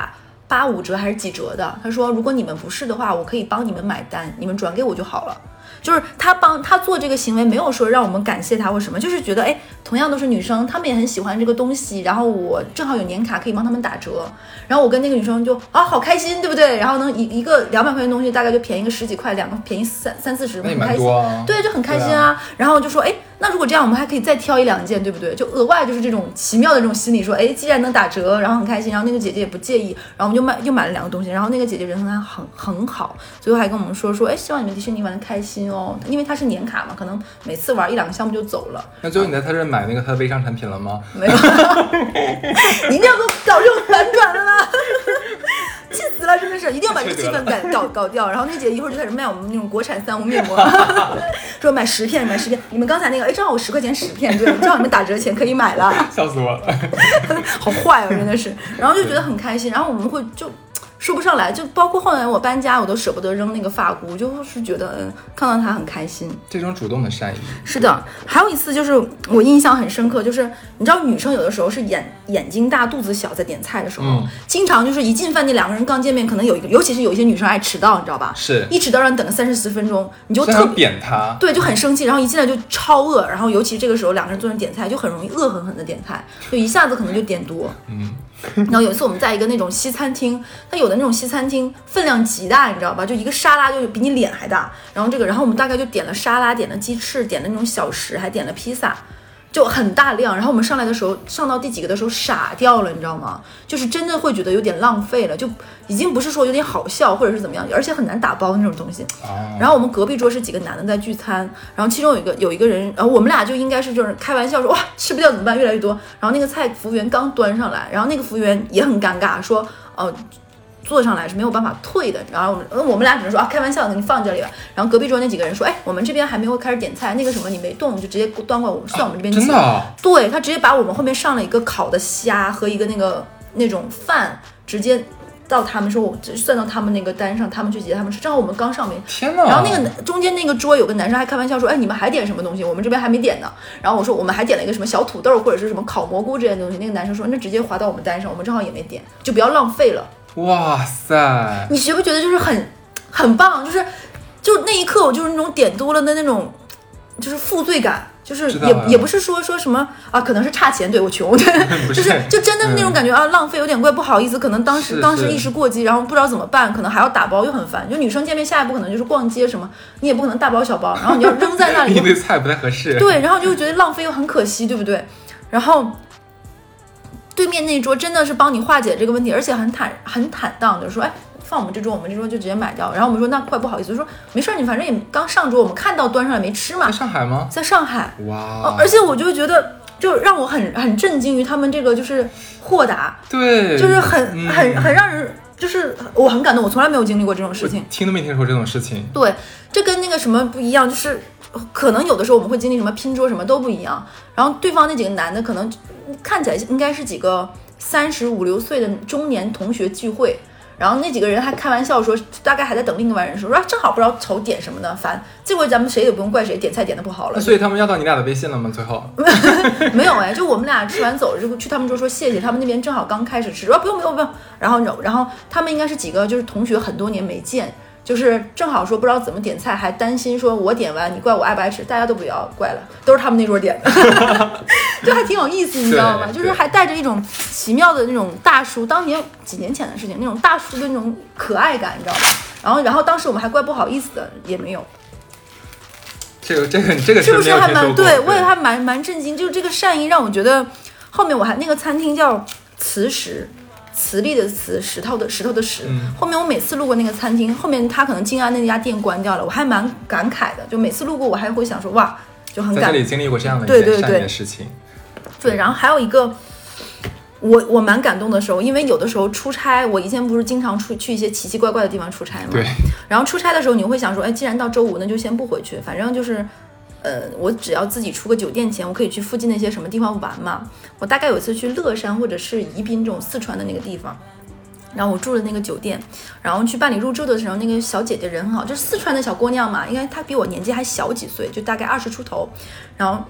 S3: 85折还是几折的，他说如果你们不是的话，我可以帮你们买单，你们转给我就好了。就是他做这个行为没有说让我们感谢他或什么，就是觉得哎，同样都是女生，她们也很喜欢这个东西，然后我正好有年卡可以帮他们打折，然后我跟那个女生就好开心，对不对？然后呢一个200块钱的东西大概就便宜个10几块，两个便宜30-40，
S2: 那也蛮
S3: 很开心，
S2: 多啊，
S3: 对，就很开心啊。然后就说哎，那如果这样我们还可以再挑1-2件，对不对？就额外就是这种奇妙的这种心理，说哎，既然能打折，然后很开心，然后那个姐姐也不介意，然后我们又买了2个东西，然后那个姐姐人很好，最后还跟我们说哎，希望你们迪士尼玩的开心哦，因为她是年卡嘛，可能每次玩1-2个项目就走了。
S2: 那最后你在他这买那个他的微商产品了吗？
S3: 没有，你一定要给我搞这种反转的啦！气死了，真的是一定要把这个气氛感搞掉。然后那姐一会儿就开始卖我们那种国产3无面膜，说买10片，买10片。你们刚才那个，哎，正好我10块钱10片，对，正好你们打折钱可以买了。
S2: 笑死我了，
S3: 好坏哦，真的是。然后就觉得很开心，然后我们会就说不上来，就包括后来我搬家，我都舍不得扔那个发箍，就是觉得看到他很开心。
S2: 这种主动的善意。
S3: 是的，还有一次就是我印象很深刻，就是你知道女生有的时候是眼睛大肚子小，在点菜的时候，经常就是一进饭店2个人刚见面，可能有一个，尤其是有一些女生爱迟到，你知道吧？
S2: 是
S3: 一迟到让你等个30-40分钟，你就特别
S2: 扁他，
S3: 对，就很生气，然后一进来就超饿，然后尤其这个时候2个人坐着点菜，就很容易恶狠狠的点菜，就一下子可能就点多。然后有一次我们在一个那种西餐厅，它有的那种西餐厅分量极大，你知道吧？就一个沙拉就比你脸还大。然后我们大概就点了沙拉，点了鸡翅，点了那种小食，还点了披萨，就很大量。然后我们上来的时候，上到第几个的时候傻掉了，你知道吗？就是真的会觉得有点浪费了，就已经不是说有点好笑或者是怎么样，而且很难打包那种东西。然后我们隔壁桌是几个男的在聚餐，然后其中有一个人，然后我们俩就应该是就是开玩笑说哇吃不掉怎么办，越来越多。然后那个菜服务员刚端上来，然后那个服务员也很尴尬，说做上来是没有办法退的。然后我们俩只能说开玩笑，你放这里吧。然后隔壁桌那几个人说，哎，我们这边还没有开始点菜，那个什么你没动，就直接端过来，算我们这边
S2: 真的啊？
S3: 对，他直接把我们后面上了一个烤的虾和一个那种饭，直接到他们说我算到他们那个单上，他们去结他们吃，正好我们刚上没。
S2: 天哪！
S3: 然后那个中间那个桌有个男生还开玩笑说，哎，你们还点什么东西？我们这边还没点呢。然后我说我们还点了一个什么小土豆或者是什么烤蘑菇之类的东西。那个男生说那直接划到我们单上，我们正好也没点，就不要浪费了。
S2: 哇塞！
S3: 你觉不觉得就是很棒？就那一刻我就是那种点多了的那种，就是负罪感。就是也不是说什么啊，可能是差钱，对我穷，对，就真的是那种感觉啊，浪费有点贵，不好意思，可能当时一时过激，然后不知道怎么办，可能还要打包，又很烦。就女生见面下一步可能就是逛街什么，你也不可能大包小包，然后你要扔在那里，
S2: 一堆菜不太合适，
S3: 对，然后就觉得浪费又很可惜，对不对？然后对面那一桌真的是帮你化解这个问题，而且很坦荡的说，哎。放我们这桌就直接买掉。然后我们说那快不好意思，说没事，你反正也刚上桌，我们看到端上来没吃嘛。
S2: 在上海吗？
S3: 在上海。
S2: 哇！
S3: 而且我就觉得，就让我很震惊于他们这个就是豁达，
S2: 对，
S3: 就是很让人，就是我很感动，我从来没有经历过这种事情，
S2: 听都没听说这种事情。
S3: 对，这跟那个什么不一样，就是可能有的时候我们会经历什么拼桌什么都不一样。然后对方那几个男的可能看起来应该是几个35、6岁的中年同学聚会。然后那几个人还开玩笑说，大概还在等另外人说正好不知道愁点什么呢，烦，这回咱们谁也不用怪谁点菜点的不好了。
S2: 所以他们要到你俩的微信了吗？最后
S3: 没有哎，就我们俩吃完走了之后去他们桌说谢谢，他们那边正好刚开始吃，说不用，然后他们应该是几个就是同学很多年没见。就是正好说不知道怎么点菜，还担心说我点完你怪我爱不爱吃，大家都不要怪了，都是他们那桌点的，就还挺有意思，你知道吗？就是还带着一种奇妙的那种大叔，当年几年前的事情，那种大叔的那种可爱感，你知道吧？然后当时我们还怪不好意思的，也没有。
S2: 这个
S3: 是不是还蛮对？我也还蛮震惊，就是这个善意让我觉得，后面我还那个餐厅叫磁石。磁力的磁，石头的石。后面我每次路过那个餐厅，后面他可能静安那家店关掉了，我还蛮感慨的。就每次路过，我还会想说，哇，就很感。
S2: 在这里经历过这样的一件善意的事情。
S3: 对，然后还有一个，我蛮感动的时候，因为有的时候出差，我以前不是经常去一些奇奇怪怪的地方出差嘛。
S2: 对。
S3: 然后出差的时候，你会想说，哎，既然到周五，那就先不回去，反正就是。我只要自己出个酒店钱，我可以去附近那些什么地方玩嘛。我大概有一次去乐山或者是宜宾这种四川的那个地方，然后我住了那个酒店，然后去办理入住的时候，那个小姐姐人很好，就是四川的小姑娘嘛，因为她比我年纪还小几岁，就大概20出头，然后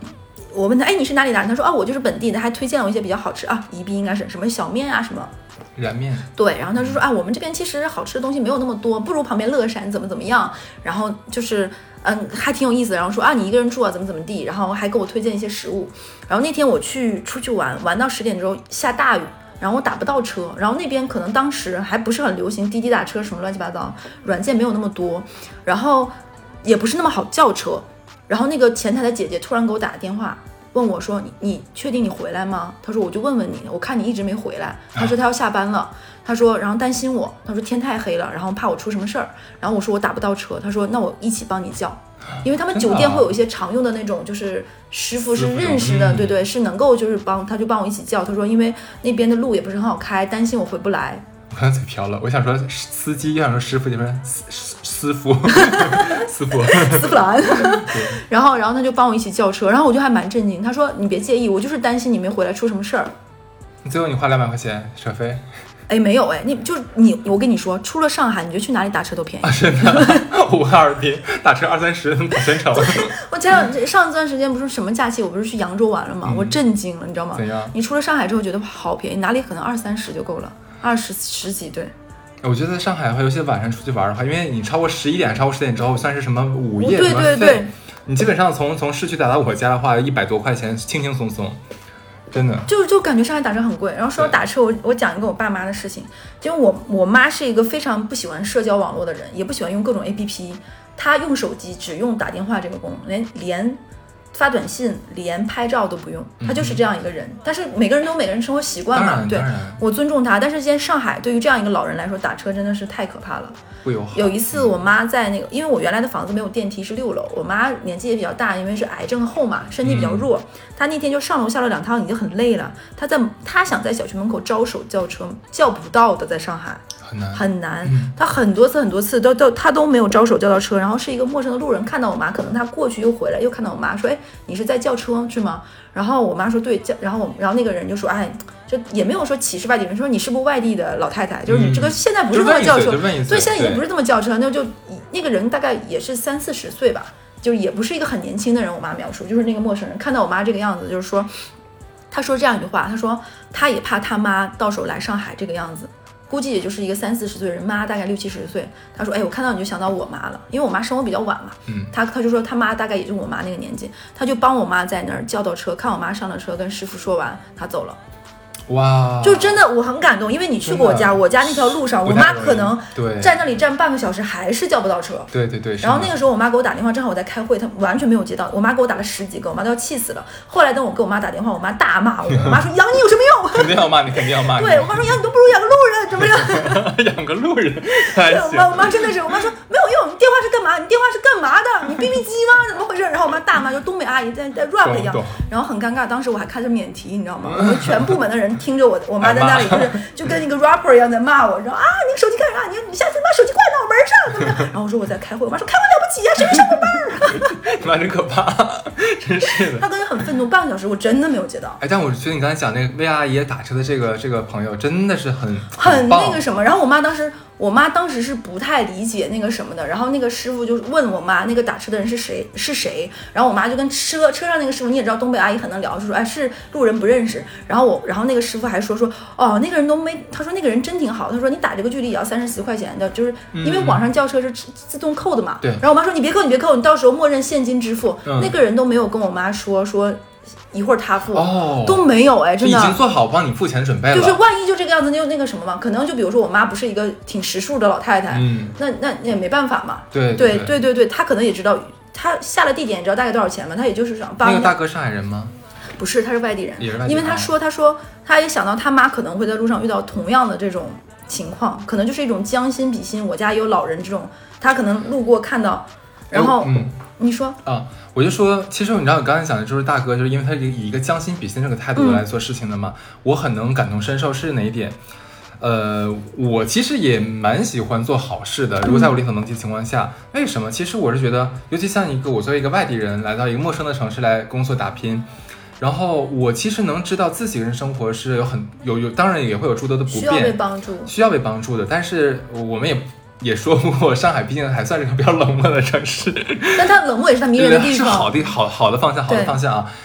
S3: 我问他，哎，你是哪里的？他说，我就是本地的，还推荐了我一些比较好吃啊，宜宾应该是什么小面啊什么。
S2: 燃面。
S3: 对，然后他就说我们这边其实好吃的东西没有那么多，不如旁边乐山怎么样，然后就是还挺有意思的，然后说你一个人住怎么地，然后还给我推荐一些食物。然后那天我出去玩到10点之后下大雨，然后我打不到车，然后那边可能当时还不是很流行滴滴打车什么乱七八糟，软件没有那么多，然后也不是那么好叫车。然后那个前台的姐姐突然给我打个电话，问我说你确定你回来吗？他说我就问问你，我看你一直没回来。他说他要下班了，他说然后担心我，他说天太黑了，然后怕我出什么事儿。然后我说我打不到车，他说那我一起帮你叫，因为他们酒店会有一些常用的那种就是师傅是认识的，对，是能够就是他就帮我一起叫。他说因为那边的路也不是很好开，担心我回不来。
S2: 我刚才嘴瓢了，我想说司机，又想说师傅，就说师傅斯普
S3: 兰然后他就帮我一起叫车，然后我就还蛮震惊。他说你别介意，我就是担心你没回来出什么事儿。
S2: 最后你花200块钱车费？
S3: 没有我跟你说，出了上海你就去哪里打车都便宜
S2: 是的，5哈尔滨打车20-30打全程。
S3: 我上一段时间不是什么假期，我不是去扬州玩了吗？我震惊了，你知道吗？
S2: 怎样？
S3: 你出了上海之后觉得好便宜，哪里可能20-30就够了，20几对。
S2: 我觉得在上海的话，尤其晚上出去玩的话，因为你超过11点、超过10点之后，算是什么午夜什么费，
S3: 对，
S2: 你基本上从市区打到我家的话，100多块钱，轻轻松松，真的。
S3: 就感觉上海打车很贵。然后说到打车，我讲一个我爸妈的事情，因为我妈是一个非常不喜欢社交网络的人，也不喜欢用各种 APP， 她用手机只用打电话这个功能，连发短信连拍照都不用，他就是这样一个人。但是每个人都有每个人生活习惯嘛，对，我尊重他。但是现在上海对于这样一个老人来说，打车真的是太可怕了，
S2: 不友好。
S3: 有一次我妈在那个，因为我原来的房子没有电梯，是6楼，我妈年纪也比较大，因为是癌症后嘛，身体比较弱，她那天就上楼下了2趟，已经很累了。她想在小区门口招手叫车，叫不到的，在上海很难。他很多次他都没有招手叫到车，然后是一个陌生的路人看到我妈，可能他过去又回来又看到我妈，说你是在叫车是吗？然后我妈说对，然后那个人就说就也没有说歧视外地人，说你是不是外地的老太太，就是你这个现在不是这么叫车，所以现在已经不是这么叫车。那个人大概也是30-40岁吧，就是也不是一个很年轻的人。我妈描述就是那个陌生人看到我妈这个样子，就是说他说这样一句话，他说他也怕他妈到时候来上海这个样子，估计也就是一个30-40岁的人，妈大概60-70岁。他说我看到你就想到我妈了，因为我妈生活比较晚嘛，他就说他妈大概也就我妈那个年纪，他就帮我妈在那儿叫到车，看我妈上了车，跟师傅说完他走了。
S2: 哇，
S3: 就真的我很感动，因为你去过我家那条路上，我妈可能在那里站半个小时还是叫不到车。
S2: 对，
S3: 然后那个时候我妈给我打电话，正好我在开会，她完全没有接到。我妈给我打了10几个，我妈都要气死了。后来等我给我妈打电话，我妈大骂我，我妈说养你有什么用？
S2: 肯定要骂你，肯定要骂你。
S3: 对，我妈说养你都不如养个路人，怎么样？
S2: 养个路人，
S3: 我妈真的是，我妈说没有用，你电话是干嘛？你电话是干嘛的？你 BB 机吗？怎么回事？然后我妈大骂，就东北阿姨在 rap 一样，然后很尴尬。当时我还开着免提，你知道吗？我们全部门的人听着我妈在那里就跟那个 rapper 一样在骂我，说你个手机干啥？你下次把手机挂到我门上，怎么样？然后我说我在开会，我妈说开会了不起呀，谁没上过班？
S2: 你妈真可怕，真是的。
S3: 她刚才很愤怒，半个小时我真的没有接到。
S2: 但我觉得你刚才讲那个魏阿姨打车的这个朋友真的是很
S3: 那个什么。然后我妈当时是不太理解那个什么的，然后那个师傅就问我妈那个打车的人是谁，然后我妈就跟车上那个师傅，你也知道东北阿姨很能聊，就说是路人不认识。然后那个师傅还说那个人都没，他说那个人真挺好，他说你打这个距离也要30-40块钱的，就是因为网上叫车是自动扣的嘛。
S2: 对。
S3: 然后我妈说你别扣，你到时候默认现金支付。那个人都没有跟我妈说一会儿他付都没有，真的
S2: 已经做好帮你付钱准备了。
S3: 就是万一就这个样子，那个什么嘛，可能就比如说我妈不是一个挺识数的老太太，那也没办法嘛。对，她可能也知道，她下了地点，你知道大概多少钱吗？她也就是想帮。
S2: 那个大哥上海人吗？
S3: 不是，他是外地人。
S2: 也是外地人。
S3: 因为他说他也想到他妈可能会在路上遇到同样的这种情况，可能就是一种将心比心，我家有老人这种，他可能路过看到，然后你说
S2: 我就说，其实你知道，我刚才讲的就是大哥，就是因为他以一个将心比心这个态度来做事情的嘛，我很能感同身受。是哪一点？我其实也蛮喜欢做好事的，如果在我力所能及的情况下。为什么？其实我是觉得，尤其像我作为一个外地人来到一个陌生的城市来工作打拼，然后我其实能知道自己人生活是有当然也会有诸多的不便，需要被帮助的。但是我们也说过，上海毕竟还算是个比较冷漠的城市，
S3: 但它冷漠也是它迷人的地方，
S2: 是好的方向，好的方向啊。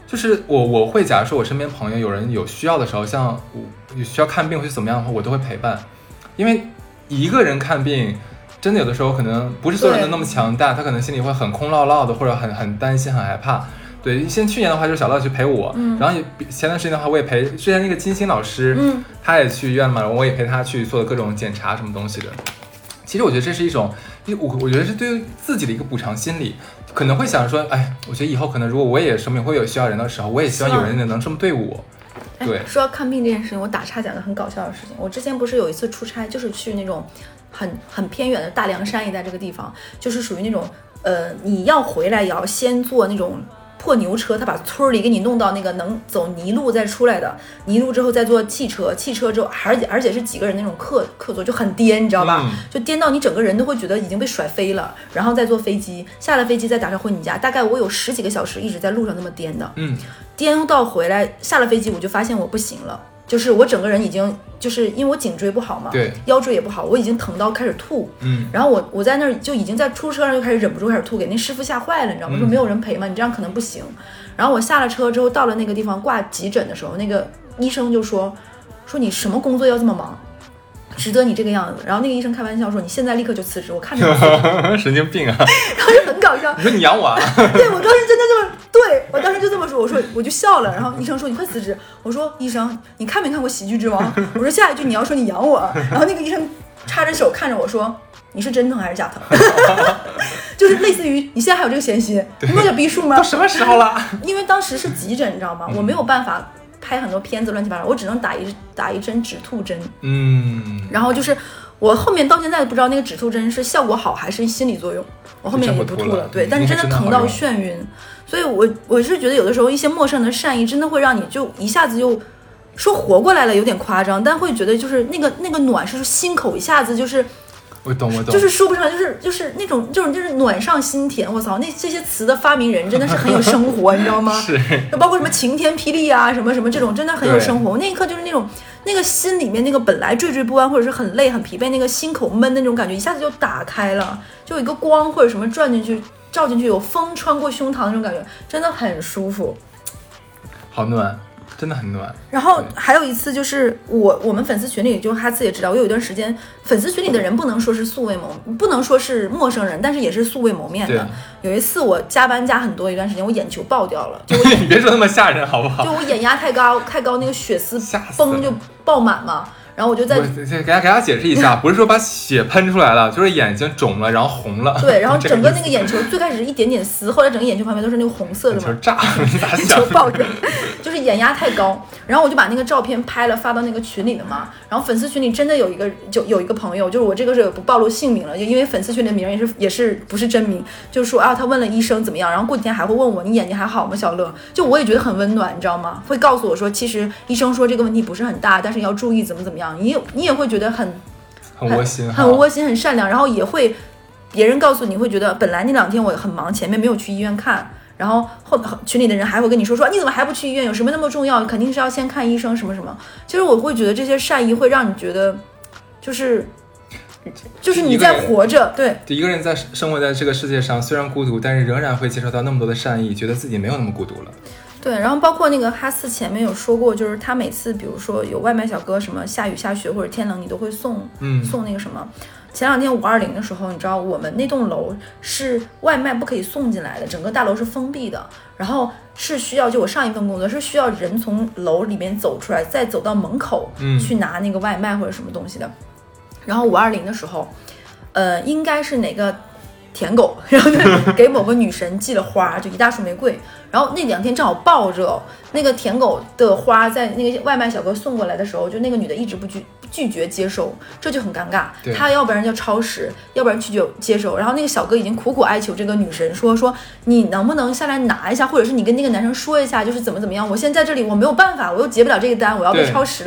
S2: 就是我会假如说我身边朋友有人有需要的时候，像我需要看病或者怎么样的话，我都会陪伴，因为一个人看病。真的有的时候可能不是所有人都那么强大，他可能心里会很空落落的，或者很担心、很害怕。对，像去年的话就是小乐去陪我，然后前段时间的话我也陪之前那个金星老师，他也去医院嘛，我也陪他去做各种检查什么东西的。其实我觉得这是一种，我觉得是对自己的一个补偿心理，可能会想说，哎，我觉得以后可能如果我也生病会有需要人的时候，我也希望有人能这么对我。对，
S3: 说到看病这件事情，我打岔讲个很搞笑的事情。我之前不是有一次出差，就是去那种很偏远的大凉山一带这个地方，就是属于那种你要回来也要先坐那种破牛车，他把村里给你弄到那个能走泥路再出来的，泥路之后再坐汽车之后而且是几个人那种客座，就很颠，你知道吧？就颠到你整个人都会觉得已经被甩飞了，然后再坐飞机，下了飞机再打车回你家，大概我有10几个小时一直在路上那么颠的，颠到回来下了飞机我就发现我不行了。就是我整个人已经就是因为我颈椎不好嘛，
S2: 对，
S3: 腰椎也不好，我已经疼到开始吐，然后我在那儿就已经在出车上就开始忍不住开始吐，给那师傅吓坏了，你知道吗？说没有人陪嘛，你这样可能不行。然后我下了车之后到了那个地方挂急诊的时候，那个医生就说你什么工作要这么忙，值得你这个样子。然后那个医生开玩笑说你现在立刻就辞职，我看着你
S2: 神经病啊。
S3: 然后就很搞笑，
S2: 你说你养我啊？
S3: 对，我当时真的这么，对，我当时就这么说，我就笑了。然后医生说你快辞职，我说医生你看没看过喜剧之王？我说下一句你要说你养我。然后那个医生插着手看着我说你是真疼还是假疼？就是类似于你现在还有这个闲心，你摸点逼数吗？
S2: 都什么时候了？
S3: 因为当时是急诊，你知道吗？我没有办法拍很多片子乱七八糟，我只能打一针止吐针。然后就是我后面到现在不知道那个止吐针是效果好还是心理作用，我后面也不吐了。对，但是真的疼到眩晕。所以我是觉得有的时候一些陌生的善意真的会让你就一下子就说活过来了，有点夸张，但会觉得就是那个暖是心口一下子就是。
S2: 我懂，
S3: 就是说不上，就是那种就是暖上心田。我操，这些词的发明人真的是很有生活，你知道吗？
S2: 是，
S3: 就包括什么晴天霹雳啊，什么什么这种，真的很有生活。我那一刻就是那个心里面那个本来惴惴不安或者是很累很疲惫那个心口闷的那种感觉，一下子就打开了，就有一个光或者什么转进去照进去，有风穿过胸膛那种感觉，真的很舒服，
S2: 好暖。真的很暖。
S3: 然后还有一次就是我们粉丝群里，就哈次也知道，我有一段时间粉丝群里的人不能说是素未谋，不能说是陌生人，但是也是素未谋面的。有一次我加班加很多一段时间，我眼球爆掉了。就
S2: 你别说那么吓人好不好？
S3: 就我眼压太高，那个血丝崩就爆满嘛。然后我就在
S2: 给大家解释一下，不是说把血喷出来了，就是眼睛肿了，然后红了。
S3: 对，然后整个那个眼球最开始是一点点丝，后来整个眼球旁边都是那个红色的嘛。
S2: 眼球炸，
S3: 眼球爆着，就是眼压太高。然后我就把那个照片拍了发到那个群里了嘛。然后粉丝群里真的有一个朋友，就是我这个是不暴露姓名了，就因为粉丝群的名也是不是真名，就是说啊，他问了医生怎么样，然后过几天还会问我你眼睛还好吗，小乐？就我也觉得很温暖，你知道吗？会告诉我说，其实医生说这个问题不是很大，但是要注意怎么样。你也会觉得很
S2: 窝心，
S3: 很窝心，很善良，然后也会别人告诉你会觉得本来那2天我很忙，前面没有去医院看，然后群里的人还会跟你说你怎么还不去医院？有什么那么重要？肯定是要先看医生什么什么。其实我会觉得这些善意会让你觉得就是你在活着，对，
S2: 一个人在生活在这个世界上，虽然孤独，但是仍然会接受到那么多的善意，觉得自己没有那么孤独了。
S3: 对，然后包括那个哈斯前面有说过，就是他每次比如说有外卖小哥什么下雨下雪或者天冷，你都会送那个什么。前2天520的时候，你知道我们那栋楼是外卖不可以送进来的，整个大楼是封闭的，然后是需要就我上一份工作是需要人从楼里面走出来，再走到门口去拿那个外卖或者什么东西的。然后520的时候，应该是哪个舔狗，然后就给某个女神寄了花，就一大束玫瑰。然后那2天正好爆热，那个舔狗的花在那个外卖小哥送过来的时候，就那个女的一直不拒绝接收，这就很尴尬。她要不然就超时，要不然拒绝接收。然后那个小哥已经苦苦哀求这个女神说你能不能下来拿一下，或者是你跟那个男生说一下，就是怎么样。我现在这里我没有办法，我又结不了这个单，我要被超时了。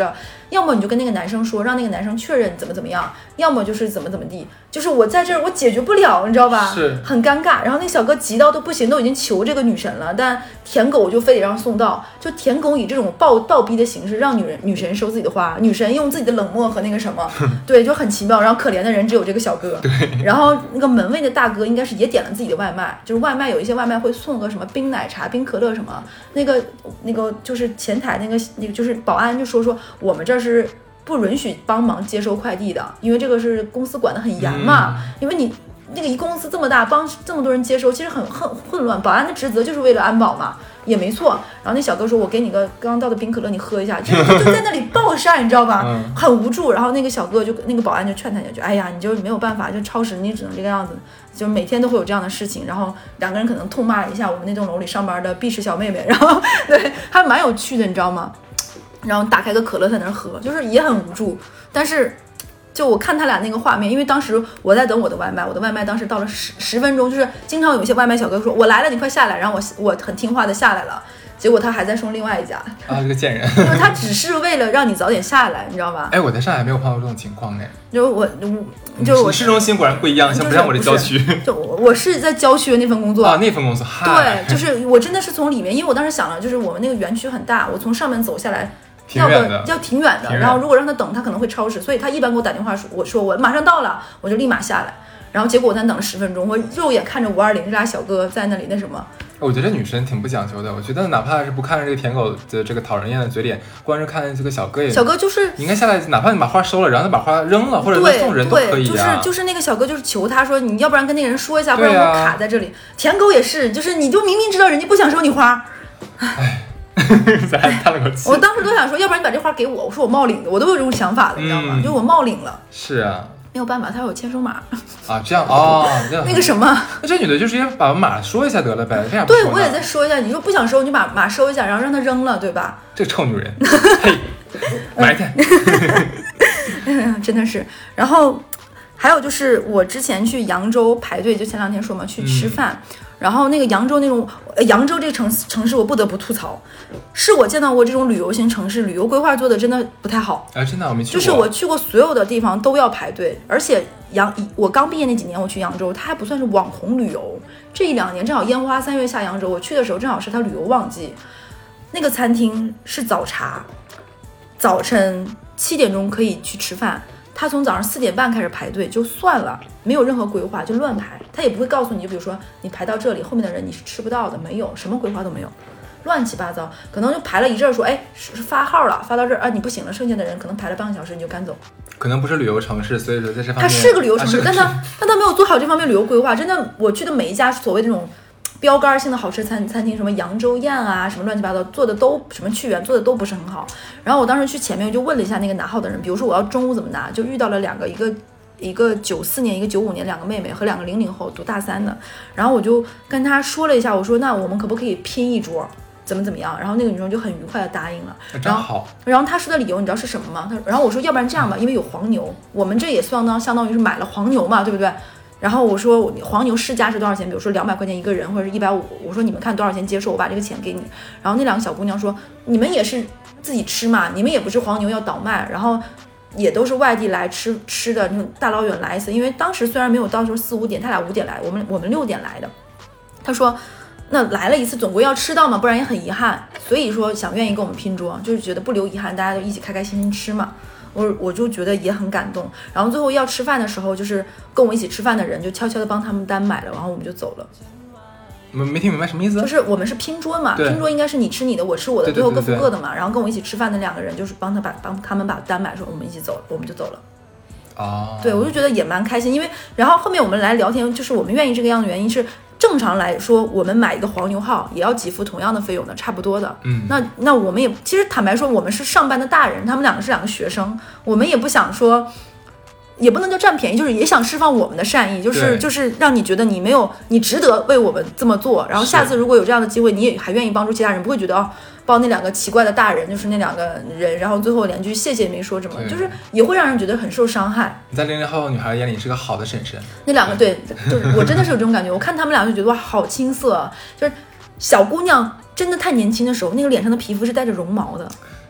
S3: 要么你就跟那个男生说，让那个男生确认怎么样，要么就是怎么地，就是我在这儿我解决不了，你知道吧？
S2: 是
S3: 很尴尬。然后那个小哥急到都不行，都已经求这个女神了，但舔狗就非得让送到，就舔狗以这种倒逼的形式让女神收自己的花，女神用自己的冷漠和那个什么，对，就很奇妙。然后可怜的人只有这个小哥，然后那个门卫的大哥应该是也点了自己的外卖，就是外卖有一些外卖会送个什么冰奶茶、冰可乐什么，那个就是前台那个就是保安就说我们这是不允许帮忙接收快递的，因为这个是公司管得很严嘛，因为你那个一公司这么大，帮这么多人接收，其实很混乱。保安的职责就是为了安保嘛，也没错。然后那小哥说：“我给你个刚倒的冰可乐，你喝一下。”就在那里暴晒，你知道吧？很无助。然后那个小哥那个保安就劝他就：“哎呀，你就没有办法，就超时你只能这个样子，就每天都会有这样的事情。”然后两个人可能痛骂了一下我们那栋楼里上班的碧池小妹妹，然后对，还蛮有趣的，你知道吗？然后打开个可乐在那儿喝，就是也很无助，但是。就我看他俩那个画面，因为当时我在等我的外卖，我的外卖当时到了10分钟，就是经常有一些外卖小哥说我来了，你快下来，然后我很听话的下来了，结果他还在送另外一家
S2: 啊，这个贱人，
S3: 就是他只是为了让你早点下来，你知道吧？
S2: 哎，我在上海没有碰到这种情况哎，
S3: 就是我
S2: 市中心果然不一样，像不像我这郊区？
S3: 就我是在郊区的那份工作
S2: 啊，那份工作，
S3: 对，就是我真的是从里面，因为我当时想了，就是我们那个园区很大，我从上面走下来。要挺远的，然后如果让他等，他可能会超时，所以他一般给我打电话说我马上到了，我就立马下来。然后结果我才等了10分钟，我肉眼看着520这俩小哥在那里那什么。
S2: 我觉得女生挺不讲究的，我觉得哪怕是不看这个舔狗的这个讨人厌的嘴脸，光是看这个小哥
S3: 就是
S2: 应该下来，哪怕你把花收了，然后他把花扔了或者送人都可以
S3: 啊。就是那个小哥就是求他说，你要不然跟那个人说一下，不然我卡在这里。舔狗也是，就是你就明明知道人家不想收你花，
S2: 唉。咱还叹了口气，
S3: 我当时都想说，要不然你把这花给我，我说我冒领的，我都有这种想法的，你知道吗？就我冒领了。
S2: 是啊，
S3: 没有办法，他有签收码
S2: 啊，这样哦，
S3: 那个什么，
S2: 那这女的就直接把码说一下得了呗，这样
S3: 对我也再说一下，你说不想收，你把码收一下，然后让他扔了，对吧？
S2: 这个臭女人，嘿，埋汰，
S3: 真的是。然后还有就是我之前去扬州排队，就前2天说嘛，去吃饭。然后那个扬州这个城市，我不得不吐槽，是我见到过这种旅游型城市，旅游规划做的真的不太好。
S2: 真的我没去过。
S3: 就是我去过所有的地方都要排队，而且我刚毕业那几年我去扬州，它还不算是网红旅游。这1-2年正好烟花3月下扬州，我去的时候正好是它旅游旺季。那个餐厅是早茶，早晨7点钟可以去吃饭。他从早上4点半开始排队就算了，没有任何规划就乱排，他也不会告诉你，就比如说你排到这里，后面的人你是吃不到的，没有什么规划都没有，乱七八糟，可能就排了一阵说，哎，是发号了，发到这儿啊，你不行了，剩下的人可能排了半个小时你就赶走。
S2: 可能不是旅游城市，所以说在这方面
S3: 它是个旅游城市，但他没有做好这方面旅游规划。真的，我去的每一家所谓这种标杆性的好吃餐厅，什么扬州宴啊，什么乱七八糟做的都什么去源做的都不是很好。然后我当时去前面就问了一下那个拿号的人，比如说我要中午怎么拿，就遇到了一个94年，一个95年，2个妹妹和2个00后读大3的。然后我就跟他说了一下，我说那我们可不可以拼一桌？怎么样？然后那个女生就很愉快的答应了。
S2: 真好。
S3: 然后她说的理由你知道是什么吗？然后我说要不然这样吧，因为有黄牛，我们这也相当于是买了黄牛嘛，对不对？然后我说黄牛市价是多少钱？比如说200块钱一个人，或者是150。我说你们看多少钱接受，我把这个钱给你。然后那2个小姑娘说，你们也是自己吃嘛，你们也不是黄牛要倒卖，然后也都是外地来吃的，大老远来一次。因为当时虽然没有到时候4、5点，他俩5点来，我们6点来的。他说那来了一次总归要吃到嘛，不然也很遗憾。所以说愿意跟我们拼桌，就是觉得不留遗憾，大家就一起开开心心吃嘛。我就觉得也很感动。然后最后要吃饭的时候，就是跟我一起吃饭的人就悄悄的帮他们单买了，然后我们就走了。
S2: 没听明白什么意思？
S3: 就是我们是拼桌嘛，拼桌应该是你吃你的，我吃我的，最后各付各的嘛。然后跟我一起吃饭的2个人就是帮他们把单买，说我们一起走了，我们就走了。
S2: 哦，
S3: 对，我就觉得也蛮开心，因为然后后面我们来聊天，就是我们愿意这个样的原因是，正常来说我们买一个黄牛号也要给付同样的费用的，差不多的。那我们也其实坦白说，我们是上班的大人，他们2个是2个学生，我们也不想说。也不能叫占便宜，就是也想释放我们的善意，就是让你觉得你值得为我们这么做，然后下次如果有这样的机会，你也还愿意帮助其他人，不会觉得帮那2个奇怪的大人，就是那2个人，然后最后连句谢谢也没说，怎么就是也会让人觉得很受伤害。
S2: 你在00后女孩眼里是个好的婶婶。
S3: 那2个对，就是我真的是有这种感觉，我看他们俩就觉得哇，好青涩，就是小姑娘真的太年轻的时候，那个脸上的皮肤是带着绒毛的。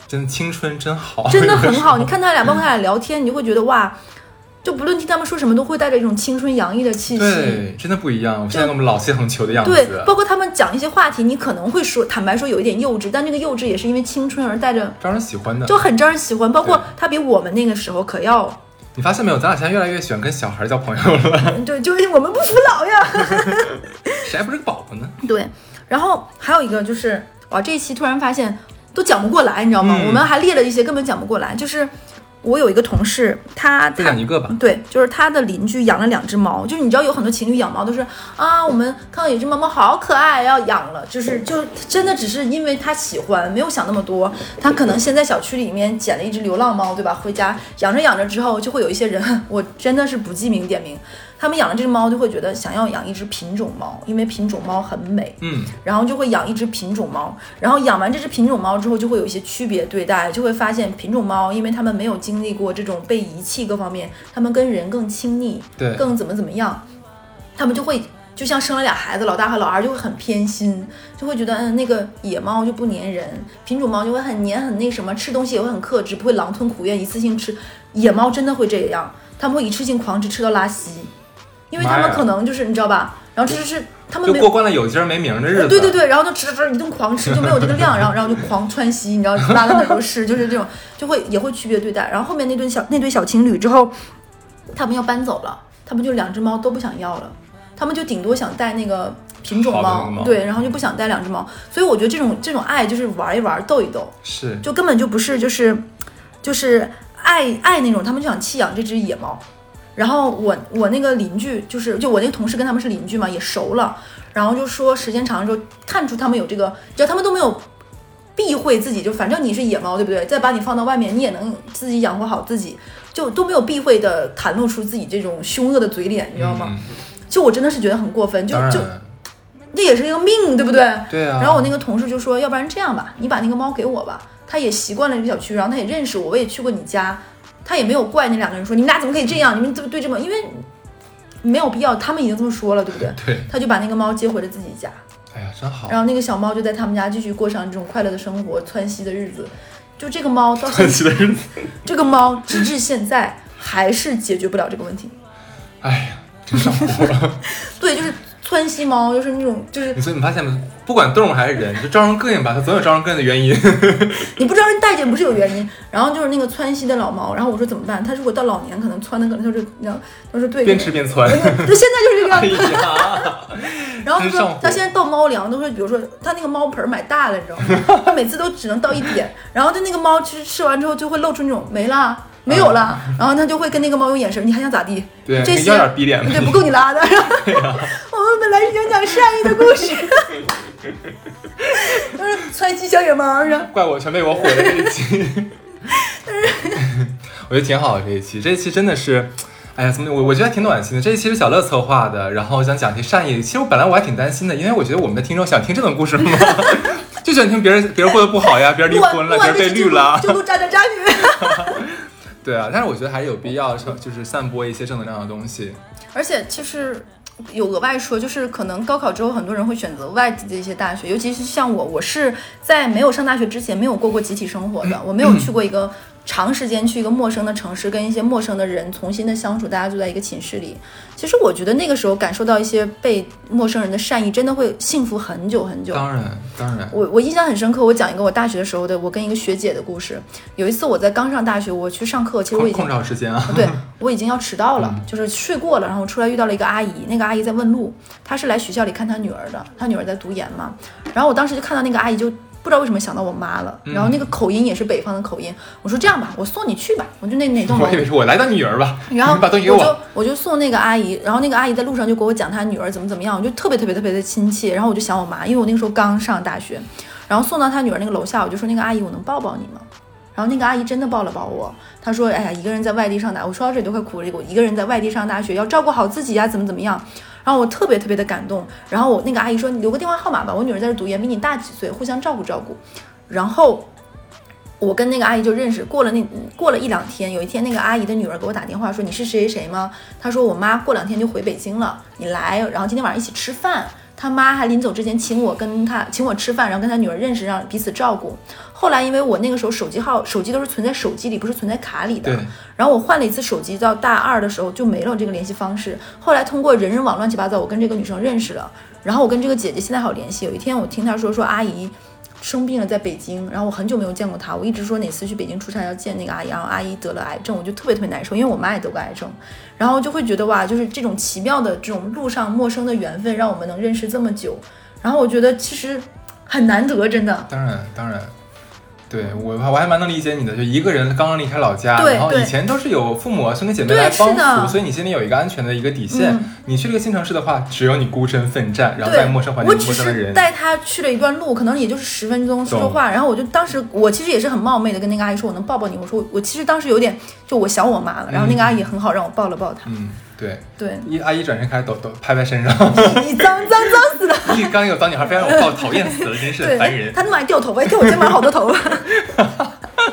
S2: 真的青春真好，
S3: 真的很好。你看他俩，包括他俩聊天，你就会觉得哇，就不论听他们说什么，都会带着一种青春洋溢的气息。
S2: 对，真的不一样。我现在跟我们老气横球的样子。
S3: 对，包括他们讲一些话题，你可能会说，坦白说有一点幼稚，但这个幼稚也是因为青春而带着
S2: 招人喜欢的，
S3: 就很招人喜欢。包括他比我们那个时候可要。
S2: 你发现没有？咱俩现在越来越喜欢跟小孩交朋友了。
S3: 对，就是我们不服老呀。
S2: 谁还不是个宝宝呢？
S3: 对，然后还有一个就是哇，这一期突然发现都讲不过来，你知道吗？我们还列了一些根本讲不过来。就是我有一个同事，他
S2: 讲一个吧。
S3: 对，就是他的邻居养了2只猫，就是你知道有很多情侣养猫都是啊，我们看到有只猫猫好可爱，要养了，就真的只是因为他喜欢，没有想那么多。他可能先在小区里面捡了一只流浪猫，对吧？回家养着养着之后，就会有一些人，我真的是不记名点名。他们养了这只猫，就会觉得想要养一只品种猫，因为品种猫很美，然后就会养一只品种猫，然后养完这只品种猫之后，就会有一些区别对待，就会发现品种猫，因为他们没有经历过这种被遗弃各方面，他们跟人更亲昵，
S2: 对，
S3: 更怎么样，他们就会就像生了2孩子，老大和老二就会很偏心，就会觉得那个野猫就不粘人，品种猫就会很粘很那什么，吃东西也会很克制，不会狼吞虎咽一次性吃。野猫真的会这样，他们会一次性狂吃，吃到拉稀。因为他们可能就是你知道吧，然后这是他们
S2: 就过惯了有今儿没名的日子。
S3: 对，然后就吃一顿狂吃，就没有这个量，然后就狂窜稀，你知道拉到哪都是，就是这种也会区别对待。然后后面那对小情侣之后，他们要搬走了，他们就2只猫都不想要了，他们就顶多想带那个品种猫，对，然后就不想带2只猫。所以我觉得这种爱就是玩一玩，逗一逗，
S2: 是
S3: 就根本就不是就是爱那种，他们就想弃养这只野猫。然后我那个邻居就我那个同事跟他们是邻居嘛，也熟了，然后就说时间长了之后看出他们有这个，只要他们都没有避讳自己，就反正你是野猫对不对，再把你放到外面你也能自己养活好自己，就都没有避讳的袒露出自己这种凶恶的嘴脸，你知道吗？就我真的是觉得很过分，就这也是一个命对不对？
S2: 对啊。
S3: 然后我那个同事就说，要不然这样吧，你把那个猫给我吧，他也习惯了这个小区，然后他也认识我，我也去过你家。他也没有怪那2个人说你们俩怎么可以这样，你们怎么对这么，因为没有必要，他们已经这么说了，对不对？
S2: 对。
S3: 他就把那个猫接回了自己家。
S2: 哎呀，真好。
S3: 然后那个小猫就在他们家继续过上这种快乐的生活，窜稀的日子。就这个猫到
S2: 窜稀的日子，
S3: 这个猫直至现在还是解决不了这个问题。
S2: 哎呀，真上火了。
S3: 对，就是窜稀猫，就是那种
S2: 所以你发现没？不管动物还是人，就招人膈应吧，它总有招人膈应的原因。
S3: 你不招人待见不是有原因。然后就是那个窜稀的老猫，然后我说怎么办？他如果到老年可能窜的可能就是你知道，他说对，
S2: 边吃边窜。
S3: 对，现在就是这个样子。
S2: 哎呀，
S3: 然后他说他现在倒猫粮都是，比如说他那个猫盆买大了，你知道吗？他每次都只能倒1点，然后他那个猫吃完之后就会露出那种没有了，然后他就会跟那个猫用眼神，你还想咋地？
S2: 对，
S3: 这些
S2: 要点逼脸，
S3: 对，不够你拉的。我们本来是想讲善意的故事，就是窜稀小野猫是吧？
S2: 怪我，全被我毁了这一期。我觉得挺好的这一期真的是，哎呀，怎么我觉得还挺暖心的。这一期是小乐策划的，然后想讲些善意。其实我本来还挺担心的，因为我觉得我们的听众想听这种故事吗？就喜欢听别人过得不好呀，别人离婚了，别人被绿了，
S3: 就录渣男渣女。
S2: 对啊，但是我觉得还是有必要，就是散播一些正能量的东西。
S3: 而且其实有额外说，就是可能高考之后很多人会选择外地的一些大学，尤其是像我是在没有上大学之前没有过集体生活的，我没有去过一个长时间去一个陌生的城市，跟一些陌生的人重新的相处，大家住在一个寝室里。其实我觉得那个时候感受到一些被陌生人的善意，真的会幸福很久很久。
S2: 当然。
S3: 我印象很深刻，我讲一个我大学的时候的我跟一个学姐的故事。有一次我在刚上大学，我去上课，其实我已经
S2: 控制好时间啊。
S3: 对，我已经要迟到了，就是睡过了，然后出来遇到了一个阿姨，那个阿姨在问路，她是来学校里看她女儿的，她女儿在读研嘛。然后我当时就看到那个阿姨就不知道为什么想到我妈了，然后那个口音也是北方的口音。我说这样吧，我送你去吧，我就哪栋楼，
S2: 我以为是我来当女儿吧，
S3: 然后
S2: 你把东西给
S3: 我就送那个阿姨，然后那个阿姨在路上就给我讲她女儿怎么样，我就特别的亲切，然后我就想我妈，因为我那个时候刚上大学，然后送到她女儿那个楼下，我就说那个阿姨我能抱抱你吗？然后那个阿姨真的抱了抱我，她说哎呀一个人在外地上大学，我说到这里都快哭了，我一个人在外地上大学要照顾好自己呀，怎么样。然后我特别的感动，然后我那个阿姨说你留个电话号码吧，我女儿在这读研，比你大几岁，互相照顾。然后我跟那个阿姨就认识，过了1-2天，有一天那个阿姨的女儿给我打电话说你是谁吗？她说我妈过2天就回北京了，你来，然后今天晚上一起吃饭。 他妈还临走之前请我吃饭，然后跟他女儿认识，让彼此照顾。后来因为我那个时候手机都是存在手机里，不是存在卡里的。
S2: 对。
S3: 然后我换了一次手机，到大2的时候就没了这个联系方式。后来通过人人网乱七八糟，我跟这个女生认识了。然后我跟这个姐姐现在还有联系。有一天我听她说阿姨生病了，在北京，然后我很久没有见过她，我一直说哪次去北京出差要见那个阿姨，然后阿姨得了癌症，我就特别特别难受，因为我妈也得过癌症，然后就会觉得哇，就是这种奇妙的这种路上陌生的缘分，让我们能认识这么久，然后我觉得其实很难得，真的。
S2: 当然。对，我还蛮能理解你的，就一个人刚刚离开老家，然后以前都是有父母兄弟姐妹来帮扶，所以你心里有一个安全的一个底线。你去这个新城市的话，只有你孤身奋战，然后在陌生环境、陌生的人。
S3: 我只是带他去了一段路，可能也就是10分钟说说话，然后我就当时我其实也是很冒昧的跟那个阿姨说，我能抱抱你。我说我其实当时有点就我想我妈了，然后那个阿姨也很好，让我抱了抱她。对，
S2: 阿姨转身开始抖拍身上，
S3: 你脏死了！
S2: 你刚有脏女孩，非常让我讨厌死了，真是烦人。
S3: 她那么爱掉头发，掉我肩膀好多头发。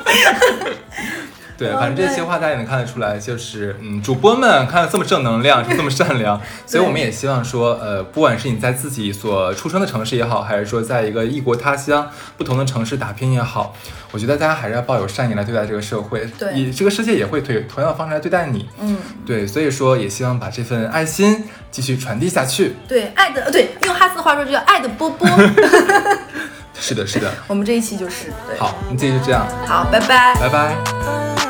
S2: 对，反正这些话大家也能看得出来，就是主播们看这么正能量，这么善良，所以我们也希望说，不管是你在自己所出生的城市也好，还是说在一个异国他乡不同的城市打拼也好，我觉得大家还是要抱有善意来对待这个社会，以这个世界也会同样的方式来对待你。对，所以说也希望把这份爱心继续传递下去。
S3: 对，用哈斯的话说就叫爱的波波。
S2: 是的。
S3: 我们这一期就是
S2: 好，你这期就这样。
S3: 好，拜拜。
S2: 拜拜。